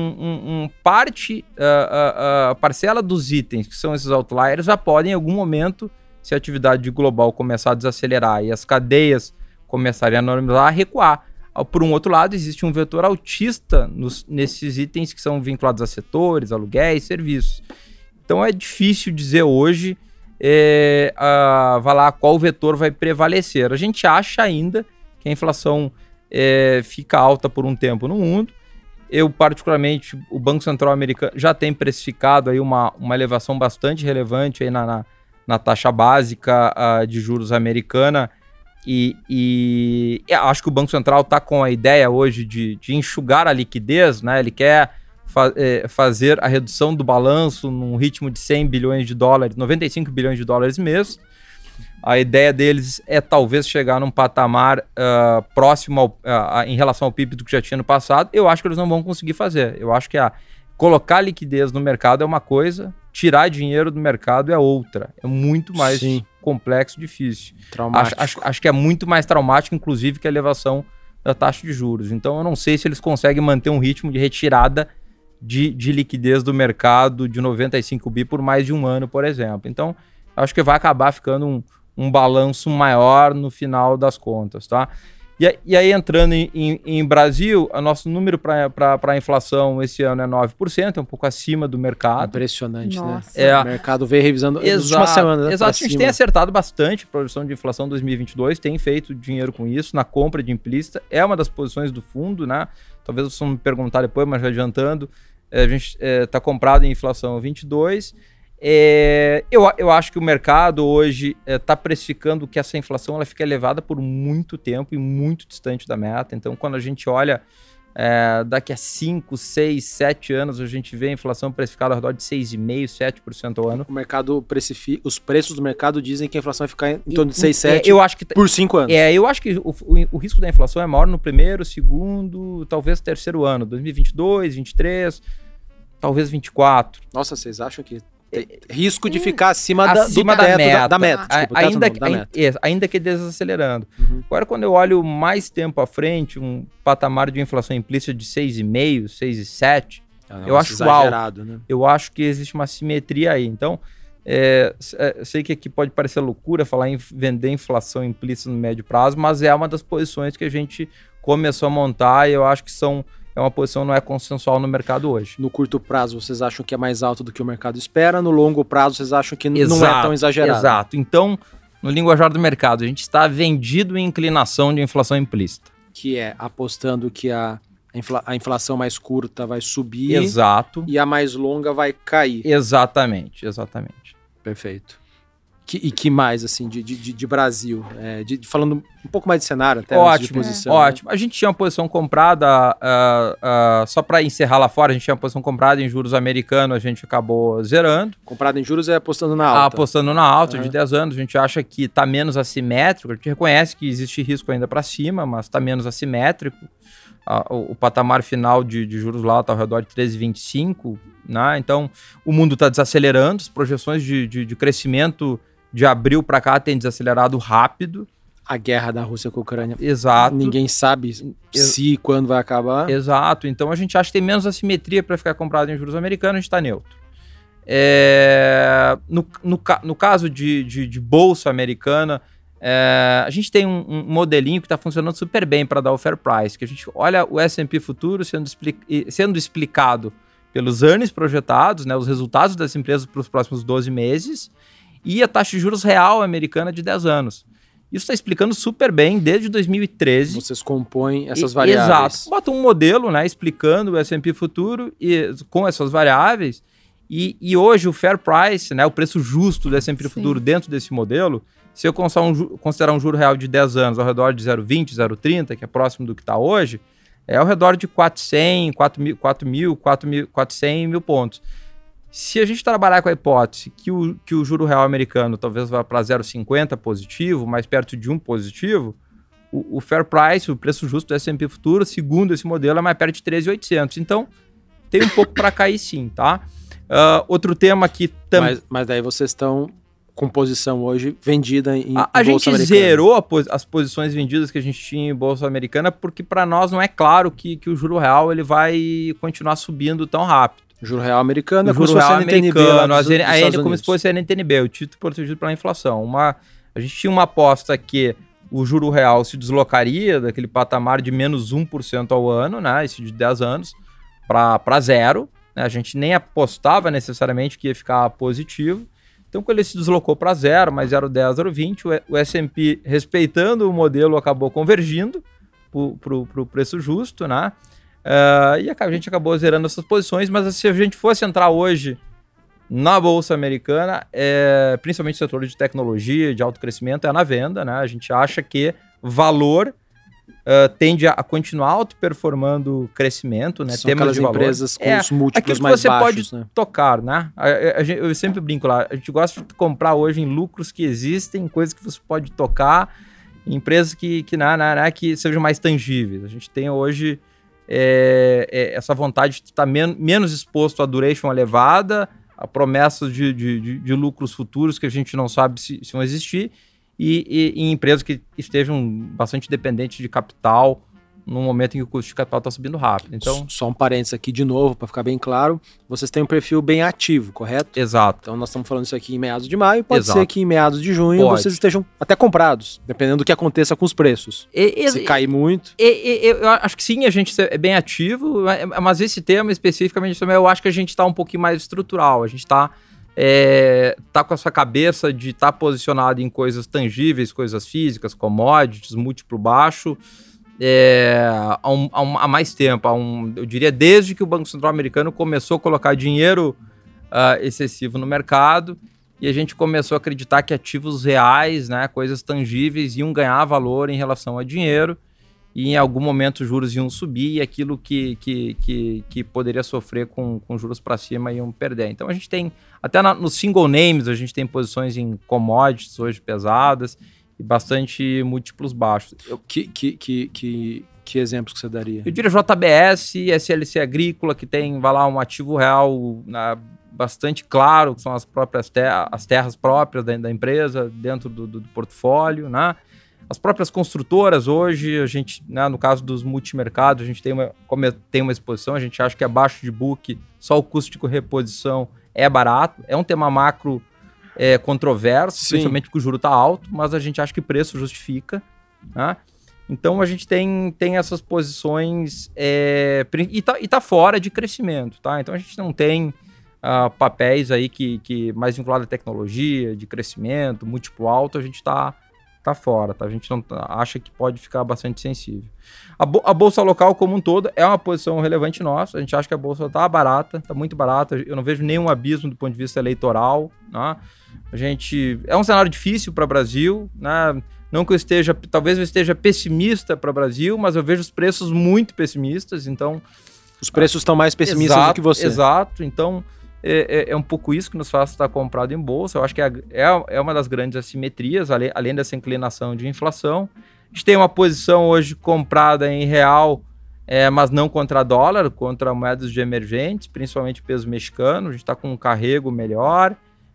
parcela dos itens, que são esses outliers, já podem, em algum momento, se a atividade global começar a desacelerar e as cadeias começarem a normalizar, a recuar. Por um outro lado, existe um vetor altista nesses itens que são vinculados a setores, aluguéis, serviços. Então, é difícil dizer hoje qual vetor vai prevalecer. A gente acha ainda que a inflação fica alta por um tempo no mundo. Eu, particularmente, o Banco Central americano já tem precificado aí uma elevação bastante relevante aí na taxa básica de juros americana, e acho que o Banco Central está com a ideia hoje de enxugar a liquidez, né? Ele quer fazer a redução do balanço num ritmo de 100 bilhões de dólares, 95 bilhões de dólares mês. A ideia deles é talvez chegar num patamar próximo em relação ao PIB do que já tinha no passado. Eu acho que eles não vão conseguir fazer. Eu acho que colocar liquidez no mercado é uma coisa, tirar dinheiro do mercado é outra. É muito mais complexo e difícil. Acho que é muito mais traumático, inclusive, que a elevação da taxa de juros. Então, eu não sei se eles conseguem manter um ritmo de retirada de liquidez do mercado de 95 bi por mais de um ano, por exemplo. Então, acho que vai acabar ficando um balanço maior no final das contas, tá? E aí, entrando em Brasil, o nosso número para a inflação esse ano é 9%, é um pouco acima do mercado. Impressionante, Nossa. né? O mercado veio revisando nas últimas semanas. Né, exato, a gente tem acertado bastante a projeção de inflação 2022, tem feito dinheiro com isso, na compra de implícita, é uma das posições do fundo, né? Talvez vocês vão me perguntar depois, mas já adiantando, a gente está comprado em inflação 22. Eu acho que o mercado hoje está precificando que essa inflação ela fica elevada por muito tempo e muito distante da meta. Então, quando a gente olha daqui a 5, 6, 7 anos, a gente vê a inflação precificada ao redor de 6,5%, 7% ao ano. O mercado precifica, os preços do mercado dizem que a inflação vai ficar em torno de 6, 7 por 5 anos. Eu acho que o risco da inflação é maior no primeiro, segundo, talvez terceiro ano, 2022, 2023, talvez 2024. Nossa, vocês acham que tem risco de ficar acima da meta. Ainda que desacelerando. Agora, quando eu olho mais tempo à frente, um patamar de inflação implícita de 6,5%, 6,7%, eu acho exagerado, né? Eu acho que existe uma simetria aí. Então, sei que aqui pode parecer loucura falar em vender inflação implícita no médio prazo, mas é uma das posições que a gente começou a montar e eu acho que uma posição não é consensual no mercado hoje. No curto prazo, vocês acham que é mais alto do que o mercado espera? No longo prazo, vocês acham que não é tão exagerado? Exato. Então, no linguajar do mercado, a gente está vendido em inclinação de inflação implícita. Que é apostando que a inflação mais curta vai subir. Exato. E a mais longa vai cair. Exatamente. Perfeito. E que mais, assim, de Brasil? Falando um pouco mais de cenário até. Ótimo, de posição. Ótimo. Né? A gente tinha uma posição comprada, só para encerrar lá fora, a gente tinha uma posição comprada em juros americanos, a gente acabou zerando. Comprada em juros é apostando na alta. Apostando na alta de 10 anos. A gente acha que está menos assimétrico, a gente reconhece que existe risco ainda para cima, mas está menos assimétrico. O patamar final de juros lá está ao redor de 13,25, né? Então, o mundo está desacelerando, as projeções de crescimento de abril para cá tem desacelerado rápido. A guerra da Rússia com a Ucrânia. Exato. Ninguém sabe se e quando vai acabar. Exato. Então a gente acha que tem menos assimetria para ficar comprado em juros americanos, a gente está neutro. No caso de bolsa americana, a gente tem um modelinho que está funcionando super bem para dar o fair price, que a gente olha o S&P futuro sendo explicado pelos earnings projetados, né, os resultados das empresas para os próximos 12 meses, e a taxa de juros real americana de 10 anos. Isso está explicando super bem desde 2013. Vocês compõem essas variáveis. Exato. Bota um modelo, né, explicando o S&P futuro com essas variáveis. E hoje o fair price, né, o preço justo do S&P futuro dentro desse modelo, se eu considerar um juro real de 10 anos ao redor de 0,20, 0,30, que é próximo do que está hoje, é ao redor de 400 mil pontos. Se a gente trabalhar com a hipótese que o juro real americano talvez vá para 0,50 positivo, mais perto de 1 positivo, o fair price, o preço justo do S&P futuro, segundo esse modelo, é mais perto de 13.800. Então, tem um pouco para cair sim, tá? Outro tema que também... Mas daí vocês estão com posição hoje vendida em bolsa a gente americana. Zerou as posições vendidas que a gente tinha em bolsa americana, porque para nós não é claro que o juro real ele vai continuar subindo tão rápido. O juro real americano é como se fosse a NTNB, como se fosse a NTNB, o título protegido pela inflação. A gente tinha uma aposta que o juro real se deslocaria daquele patamar de menos 1% ao ano, né, esse de 10 anos, para zero. Né, a gente nem apostava necessariamente que ia ficar positivo. Então, quando ele se deslocou para zero, mais 0,10, 0,20, o S&P, respeitando o modelo, acabou convergindo para o preço justo, né? E a gente acabou zerando essas posições, mas se a gente fosse entrar hoje na Bolsa Americana, principalmente no setor de tecnologia, de alto crescimento, é na venda, né? A gente acha que valor tende a continuar autoperformando crescimento, né? São aquelas empresas com os múltiplos mais baixos, você pode tocar, né? Eu sempre brinco lá, a gente gosta de comprar hoje em lucros que existem, coisas que você pode tocar, empresas que sejam mais tangíveis. A gente tem hoje essa vontade de estar menos exposto à duration elevada, a promessas de lucros futuros que a gente não sabe se vão existir, e em empresas que estejam bastante dependentes de capital no momento em que o custo de capital está subindo rápido. Então, só um parênteses aqui de novo, para ficar bem claro, vocês têm um perfil bem ativo, correto? Exato. Então nós estamos falando isso aqui em meados de maio, pode ser que em meados de junho vocês estejam até comprados, dependendo do que aconteça com os preços. Se cair muito... Eu acho que sim, a gente é bem ativo, mas esse tema especificamente também eu acho que a gente está um pouquinho mais estrutural, a gente está com a sua cabeça de estar posicionado em coisas tangíveis, coisas físicas, commodities, múltiplo baixo, há mais tempo, eu diria desde que o Banco Central americano começou a colocar dinheiro excessivo no mercado, e a gente começou a acreditar que ativos reais, né, coisas tangíveis, iam ganhar valor em relação a dinheiro, e em algum momento os juros iam subir, e aquilo que poderia sofrer com juros para cima iam perder. Então a gente tem, até nos single names, a gente tem posições em commodities hoje pesadas, e bastante múltiplos baixos. Que exemplos que você daria? Eu diria JBS, SLC Agrícola, que tem, um ativo real bastante claro, que são as próprias as terras próprias da empresa, dentro do portfólio, né? As próprias construtoras hoje, a gente, né, no caso dos multimercados, a gente tem uma exposição, a gente acha que abaixo de book, só o custo de reposição é barato, é um tema macro controverso, principalmente porque o juro está alto, mas a gente acha que o preço justifica, né? Então a gente tem essas posições e tá fora de crescimento, tá? Então a gente não tem papéis aí que mais vinculado à tecnologia, de crescimento, múltiplo alto, a gente tá fora, tá? A gente não acha que pode ficar bastante sensível. A bolsa local como um todo é uma posição relevante nossa, a gente acha que a bolsa tá barata, tá muito barata, eu não vejo nenhum abismo do ponto de vista eleitoral, né? É um cenário difícil para o Brasil, né? Não que talvez eu esteja pessimista para o Brasil, mas eu vejo os preços muito pessimistas, então... Os preços estão mais pessimistas do que você. Exato, então é um pouco isso que nos faz estar comprado em bolsa. Eu acho que é uma das grandes assimetrias, além dessa inclinação de inflação. A gente tem uma posição hoje comprada em real, mas não contra dólar, contra moedas de emergentes, principalmente peso mexicano. A gente está com um carrego melhor.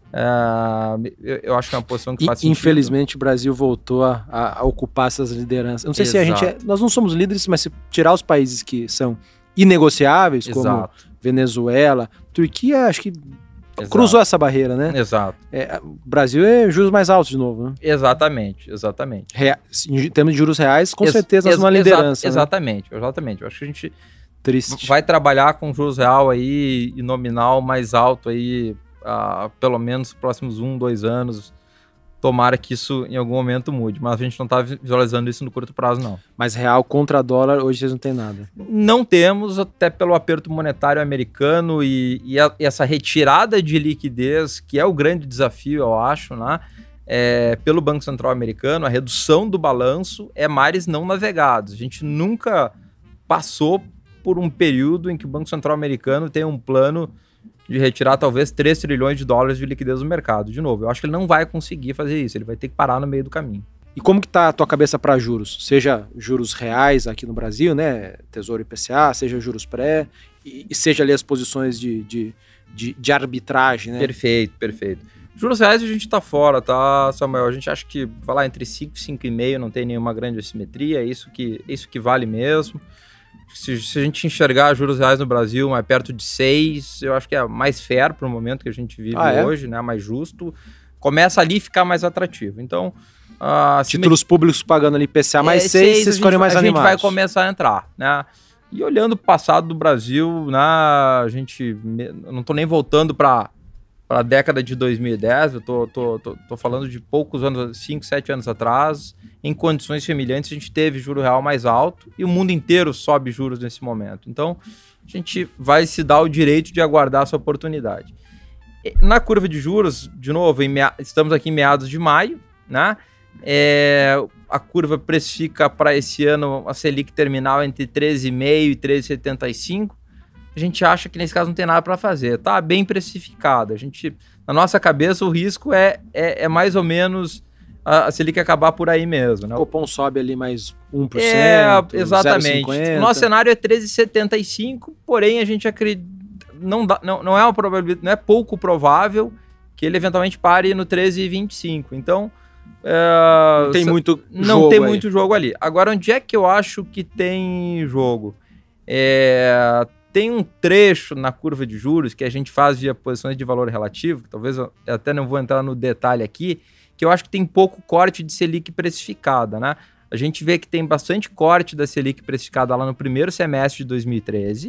Eu acho que é uma posição que faz sentido. Infelizmente, o Brasil voltou a ocupar essas lideranças. Eu não sei se a gente nós não somos líderes, mas se tirar os países que são inegociáveis, como Venezuela, Turquia, acho que cruzou essa barreira, né? Exato. O Brasil é juros mais altos de novo, né? Exatamente. Em termos de juros reais, com certeza nós somos uma liderança. Exatamente. Eu acho que a gente Triste. vai trabalhar com juros real aí e nominal mais alto aí, pelo menos nos próximos 1-2 anos. Tomara que isso em algum momento mude, mas a gente não está visualizando isso no curto prazo, não. Mas real contra dólar, hoje vocês não têm nada? Não temos, até pelo aperto monetário americano e essa retirada de liquidez, que é o grande desafio, eu acho, né? Pelo Banco Central americano, a redução do balanço é mares não navegados. A gente nunca passou por um período em que o Banco Central americano tem um plano de retirar talvez 3 trilhões de dólares de liquidez do mercado. De novo, eu acho que ele não vai conseguir fazer isso, ele vai ter que parar no meio do caminho. E como que tá a tua cabeça para juros? Seja juros reais aqui no Brasil, né, Tesouro IPCA, seja juros pré, e seja ali as posições de arbitragem, né? Perfeito. Juros reais a gente tá fora, tá, Samuel? A gente acha que vai lá entre 5 e 5,5, não tem nenhuma grande assimetria, é isso que vale mesmo. Se a gente enxergar juros reais no Brasil mais perto de 6, eu acho que é mais fair para o momento que a gente vive hoje, né? Mais justo. Começa ali a ficar mais atrativo. Então, títulos públicos pagando ali IPCA mais 6, vocês escolhem mais animados. A gente vai começar a entrar, né? E olhando o passado do Brasil, né, eu não estou nem voltando para a década de 2010, eu tô falando de poucos anos, 5, 7 anos atrás, em condições semelhantes, a gente teve juro real mais alto e o mundo inteiro sobe juros nesse momento. Então, a gente vai se dar o direito de aguardar essa oportunidade. Na curva de juros, de novo, estamos aqui em meados de maio, né? A curva precifica para esse ano a Selic terminal entre 13,5 e 13,75. A gente acha que nesse caso não tem nada para fazer. Tá bem precificado. Na nossa cabeça, o risco é mais ou menos a Selic acabar por aí mesmo, né? O Copom sobe ali mais 1%, exatamente. 0,50. Nosso cenário é 13,75, porém a gente acredita, não é uma probabilidade, não é pouco provável que ele eventualmente pare no 13,25. Então, não tem muito jogo ali. Agora, onde é que eu acho que tem jogo? Tem um trecho na curva de juros que a gente faz via posições de valor relativo, que talvez eu até não vou entrar no detalhe aqui, que eu acho que tem pouco corte de Selic precificada, né? A gente vê que tem bastante corte da Selic precificada lá no primeiro semestre de 2023,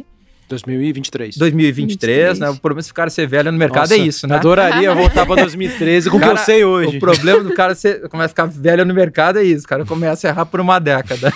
2023, né? O problema de ficar ser velho no mercado é isso, né? Adoraria voltar para 2013 com o que eu sei hoje. O problema do cara começa a ficar velho no mercado é isso, o cara começa a errar por uma década.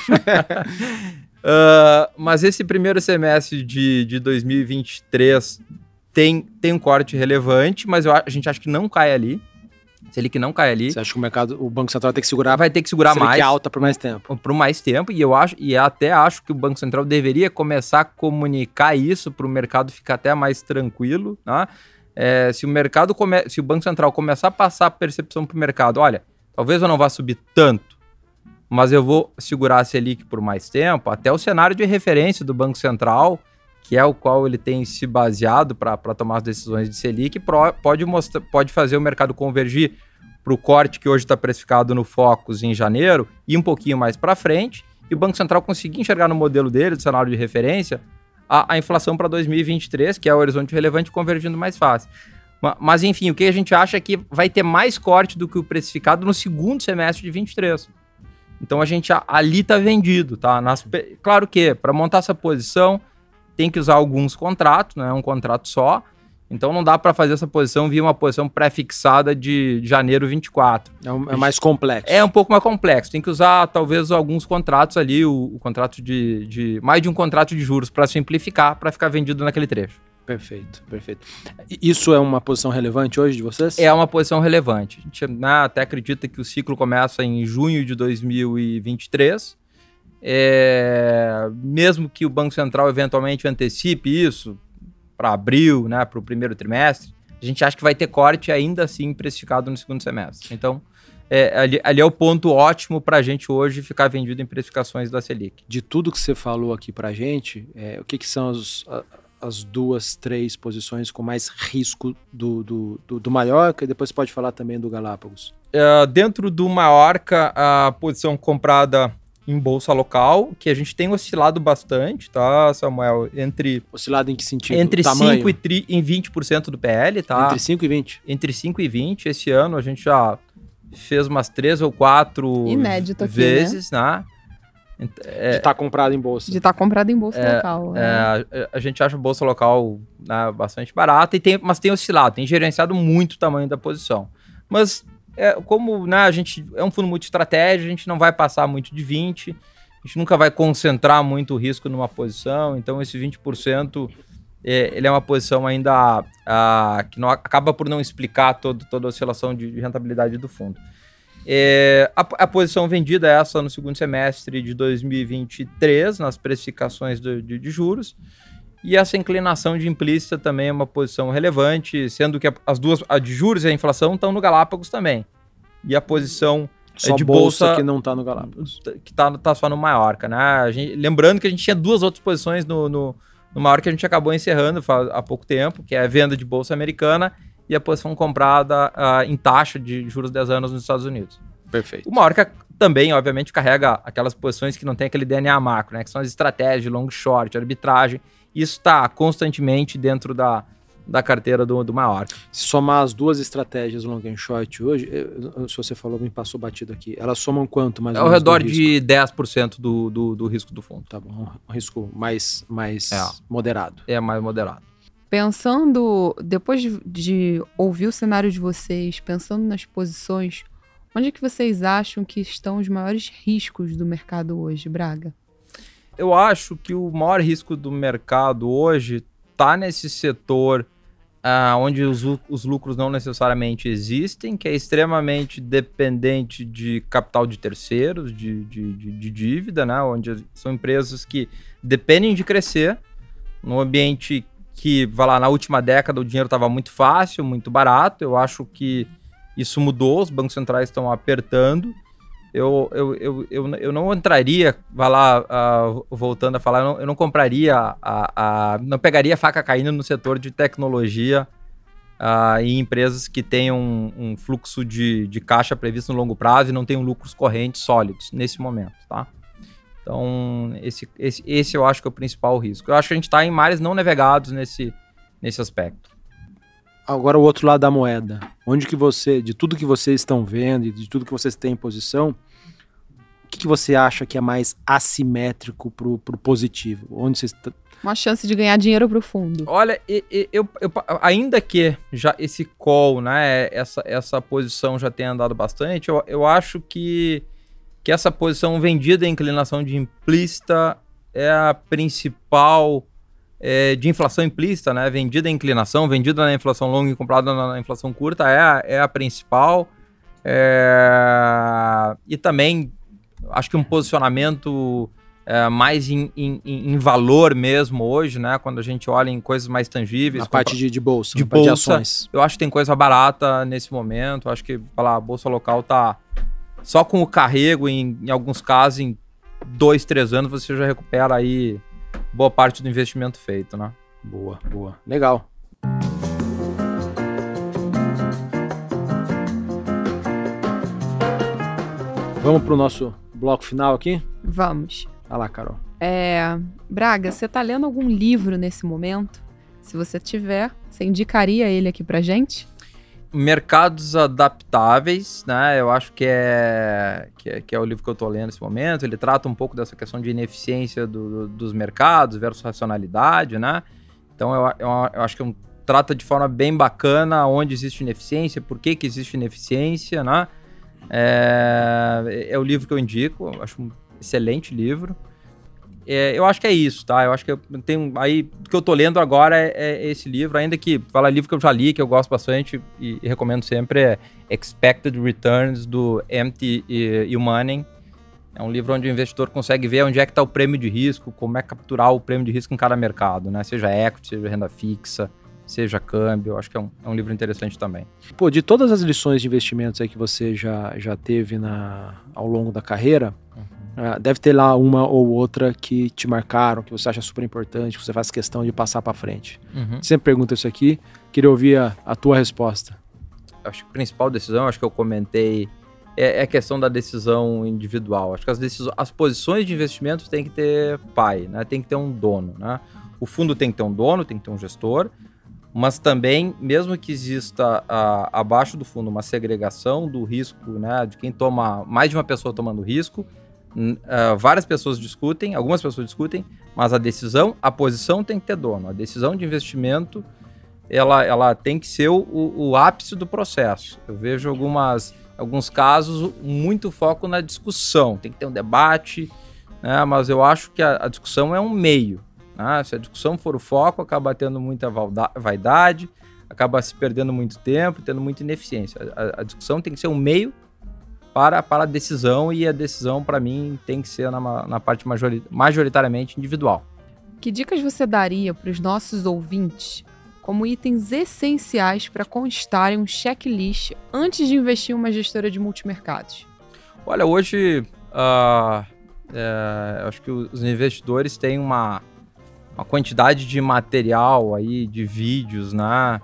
Mas esse primeiro semestre de 2023 tem um corte relevante, mas a gente acha que não cai ali. Selic não cai ali. Você acha que o Banco Central vai ter que segurar? Vai ter que segurar mais. Selic alta por mais tempo. Por mais tempo, e até acho que o Banco Central deveria começar a comunicar isso para o mercado ficar até mais tranquilo, né? Se o Banco Central começar a passar a percepção para o mercado, olha, talvez eu não vá subir tanto, mas eu vou segurar a Selic por mais tempo, até o cenário de referência do Banco Central, que é o qual ele tem se baseado para tomar as decisões de Selic, pode fazer o mercado convergir para o corte que hoje está precificado no Focus em janeiro e um pouquinho mais para frente, e o Banco Central conseguir enxergar no modelo dele, do cenário de referência, a inflação para 2023, que é o horizonte relevante, convergindo mais fácil. Mas, enfim, o que a gente acha é que vai ter mais corte do que o precificado no segundo semestre de 23. Então, a gente ali está vendido, tá? Claro que, para montar essa posição, tem que usar alguns contratos, não é um contrato só. Então, não dá para fazer essa posição via uma posição pré-fixada de janeiro 24. É mais complexo. É um pouco mais complexo. Tem que usar, talvez, alguns contratos ali, o contrato mais de um contrato de juros para simplificar, para ficar vendido naquele trecho. Perfeito. Isso é uma posição relevante hoje de vocês? É uma posição relevante. A gente até acredita que o ciclo começa em junho de 2023. Mesmo que o Banco Central eventualmente antecipe isso para abril, né, para o primeiro trimestre, a gente acha que vai ter corte ainda assim precificado no segundo semestre. Então, ali é o ponto ótimo para a gente hoje ficar vendido em precificações da Selic. De tudo que você falou aqui para a gente, o que são as 2, 3 posições com mais risco do Mallorca, e depois você pode falar também do Galápagos. Dentro do Mallorca, a posição comprada em bolsa local, que a gente tem oscilado bastante, tá, Samuel? Oscilado em que sentido? Entre 5% e 20% do PL, tá? Entre 5 e 20? Entre 5 e 20. Esse ano a gente já fez umas 3 ou 4 inédito aqui, vezes, né? De estar comprado em bolsa. De estar comprado em bolsa local. A gente acha a bolsa local, né, bastante barata, mas tem oscilado, tem gerenciado muito o tamanho da posição. Mas como, né, a gente é um fundo multi-estratégia, a gente não vai passar muito de 20%, a gente nunca vai concentrar muito o risco numa posição, então esse 20% ele é uma posição ainda que não, acaba por não explicar toda a oscilação de rentabilidade do fundo. A posição vendida é essa no segundo semestre de 2023, nas precificações de juros, e essa inclinação de implícita também é uma posição relevante, sendo que as duas, a de juros e a inflação, estão no Galápagos também. E a posição só de bolsa que não está no Galápagos. Que tá só no Mallorca, né? Lembrando que a gente tinha 2 outras posições no Mallorca que a gente acabou encerrando há pouco tempo, que é a venda de bolsa americana e a posição comprada em taxa de juros 10 anos nos Estados Unidos. Perfeito. O Mallorca também, obviamente, carrega aquelas posições que não tem aquele DNA macro, né? Que são as estratégias de long short, arbitragem. Isso está constantemente dentro da carteira do Mallorca. Se somar as 2 estratégias long and short hoje, se você falou, me passou batido aqui, elas somam quanto mais ou menos? Ao redor de 10% do risco do fundo. Tá bom, um risco mais moderado. É mais moderado. Pensando, depois de ouvir o cenário de vocês, pensando nas posições, onde é que vocês acham que estão os maiores riscos do mercado hoje, Braga? Eu acho que o maior risco do mercado hoje está nesse setor onde os lucros não necessariamente existem, que é extremamente dependente de capital de terceiros, de dívida, né? Onde são empresas que dependem de crescer num ambiente que, vai lá, na última década o dinheiro estava muito fácil, muito barato. Eu acho que isso mudou, os bancos centrais estão apertando. Eu não entraria, vai lá, voltando a falar, eu não compraria, não pegaria faca caindo no setor de tecnologia em empresas que tenham um fluxo de caixa previsto no longo prazo e não tenham lucros correntes sólidos nesse momento, tá? Então, esse eu acho que é o principal risco. Eu acho que a gente está em mares não navegados nesse aspecto. Agora o outro lado da moeda. Onde que de tudo que vocês estão vendo e de tudo que vocês têm em posição, o que você acha que é mais assimétrico pro positivo? Onde vocês uma chance de ganhar dinheiro pro fundo. Olha, eu ainda que já esse call, né, essa posição já tenha andado bastante, eu acho que essa posição vendida em inclinação de implícita é a principal de inflação implícita, né? Vendida em inclinação, vendida na inflação longa e comprada na inflação curta é a principal. E também acho que um posicionamento mais em valor mesmo hoje, né? Quando a gente olha em coisas mais tangíveis. Na parte de bolsa, de bolsa, de ações. Eu acho que tem coisa barata nesse momento. Acho que a bolsa local tá só com o carrego, em alguns casos, em 2, 3 anos, você já recupera aí boa parte do investimento feito, né? Boa. Legal. Vamos pro nosso bloco final aqui? Vamos. Vai lá, Carol. Braga, você tá lendo algum livro nesse momento? Se você tiver, você indicaria ele aqui pra gente? Mercados Adaptáveis, né? Eu acho que é o livro que eu tô lendo nesse momento. Ele trata um pouco dessa questão de ineficiência dos mercados versus racionalidade, né? Então, eu acho que trata de forma bem bacana onde existe ineficiência, por que existe ineficiência, né? É o livro que eu indico, eu acho um excelente livro. Eu acho que é isso, tá? Eu acho que eu tenho aí, o que eu tô lendo agora é esse livro, ainda que fala livro que eu já li, que eu gosto bastante e recomendo sempre, é Expected Returns, do MT e Manning. É um livro onde o investidor consegue ver onde é que está o prêmio de risco, como é capturar o prêmio de risco em cada mercado, né? Seja equity, seja renda fixa, seja câmbio. Eu acho que é um livro interessante também. Pô, de todas as lições de investimentos aí que você já teve ao longo da carreira, Deve ter lá uma ou outra que te marcaram, que você acha super importante, que você faz questão de passar para frente. Sempre pergunta isso aqui, queria ouvir a tua resposta. Acho que a principal decisão, acho que eu comentei, é a questão da decisão individual. Acho que as posições de investimento tem que ter pai, né? Tem que ter um dono, né? O fundo tem que ter um dono, tem que ter um gestor, mas também, mesmo que exista abaixo do fundo uma segregação do risco, né? De quem toma, mais de uma pessoa tomando risco, várias pessoas discutem, algumas pessoas discutem, mas a posição tem que ter dono. A decisão de investimento, ela tem que ser o ápice do processo. Eu vejo alguns casos, muito foco na discussão. Tem que ter um debate, né? Mas eu acho que a discussão é um meio. Né? Se a discussão for o foco, acaba tendo muita vaidade, acaba se perdendo muito tempo, tendo muita ineficiência. A discussão tem que ser um meio para a decisão, e a decisão, para mim, tem que ser na parte majoritariamente individual. Que dicas você daria para os nossos ouvintes como itens essenciais para constarem um checklist antes de investir em uma gestora de multimercados? Olha, hoje, acho que os investidores têm uma quantidade de material aí, de vídeos, né?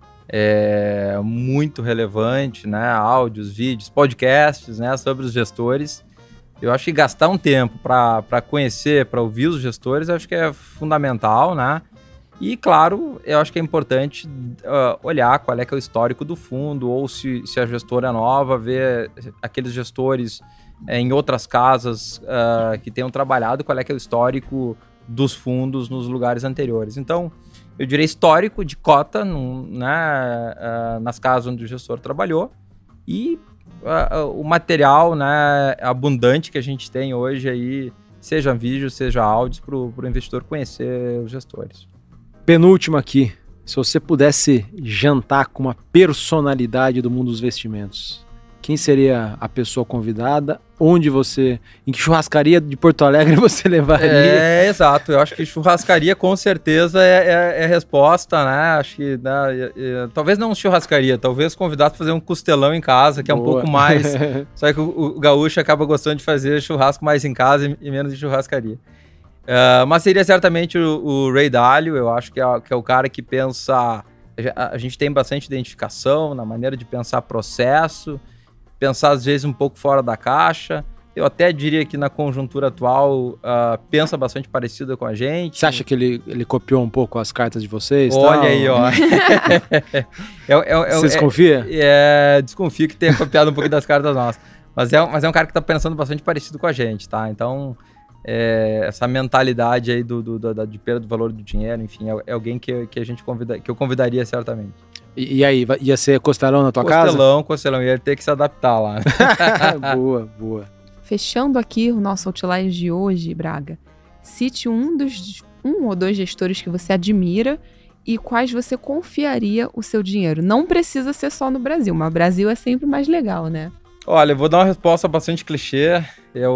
Muito relevante, né? Áudios, vídeos, podcasts, né? Sobre os gestores. Eu acho que gastar um tempo para conhecer, para ouvir os gestores, eu acho que é fundamental, né? E, claro, eu acho que é importante olhar qual é que é o histórico do fundo, ou se a gestora é nova, ver aqueles gestores em outras casas que tenham trabalhado, qual é que é o histórico dos fundos nos lugares anteriores. Então, eu diria histórico de cota nas casas onde o gestor trabalhou, e o material, né, abundante que a gente tem hoje aí, seja vídeos, seja áudios, para o investidor conhecer os gestores. Penúltima aqui, se você pudesse jantar com uma personalidade do mundo dos investimentos, quem seria a pessoa convidada? Em que churrascaria de Porto Alegre você levaria? Exato. Eu acho que churrascaria com certeza é a resposta, né? Acho que talvez não churrascaria, talvez convidado para fazer um costelão em casa, que é um pouco mais... Só que o gaúcho acaba gostando de fazer churrasco mais em casa e menos de churrascaria. Mas seria certamente o Ray Dalio. Eu acho que é o cara que pensa... A gente tem bastante identificação na maneira de pensar processo, pensar às vezes um pouco fora da caixa. Eu até diria que na conjuntura atual pensa bastante parecida com a gente. Você acha que ele copiou um pouco as cartas de vocês? Olha aí, ó. Você desconfia? Desconfio que tenha copiado um pouco das cartas nossas. Mas é um cara que está pensando bastante parecido com a gente, tá? Então, essa mentalidade aí de perda do valor do dinheiro, enfim, é alguém que eu convidaria certamente. E aí, ia ser costelão na tua casa? Costelão, ia ter que se adaptar lá. Boa. Fechando aqui o nosso Outliers de hoje, Braga, cite um ou dois gestores que você admira e quais você confiaria o seu dinheiro. Não precisa ser só no Brasil, mas o Brasil é sempre mais legal, né? Olha, eu vou dar uma resposta bastante clichê. É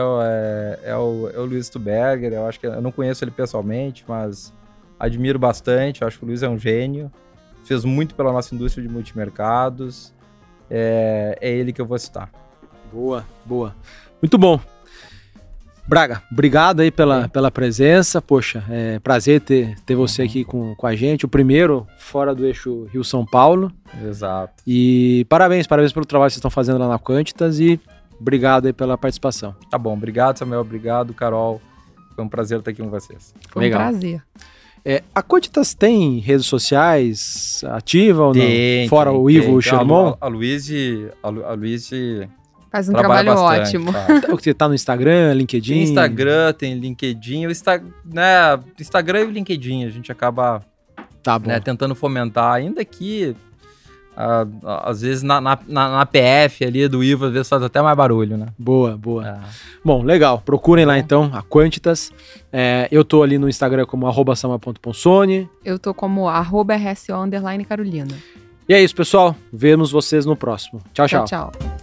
o Luiz Stuberger. Eu acho que eu não conheço ele pessoalmente, mas admiro bastante. Eu acho que o Luiz é um gênio. Fez muito pela nossa indústria de multimercados. É ele que eu vou citar. Boa. Muito bom. Braga, obrigado aí pela presença. Poxa, é prazer ter você aqui com a gente. O primeiro fora do eixo Rio-São Paulo. Exato. E parabéns pelo trabalho que vocês estão fazendo lá na Quantitas, e obrigado aí pela participação. Tá bom, obrigado, Samuel. Obrigado, Carol. Foi um prazer estar aqui com vocês. Foi legal. Um prazer. A Quantitas tem redes sociais ativa ou não? Fora o Ivo e o Xermon? A Luíse faz um trabalho bastante, ótimo. Você tá no Instagram, LinkedIn? Tem Instagram, tem LinkedIn. Instagram e o LinkedIn a gente acaba tentando fomentar, ainda que às vezes na PF ali do Ivo, às vezes faz até mais barulho, né? Boa. Bom, legal. Procurem lá então a Quantitas. Eu tô ali no Instagram como @sama.ponsone. Eu tô como @rso_carolina. E é isso, pessoal. Vemos vocês no próximo. Tchau. Tchau.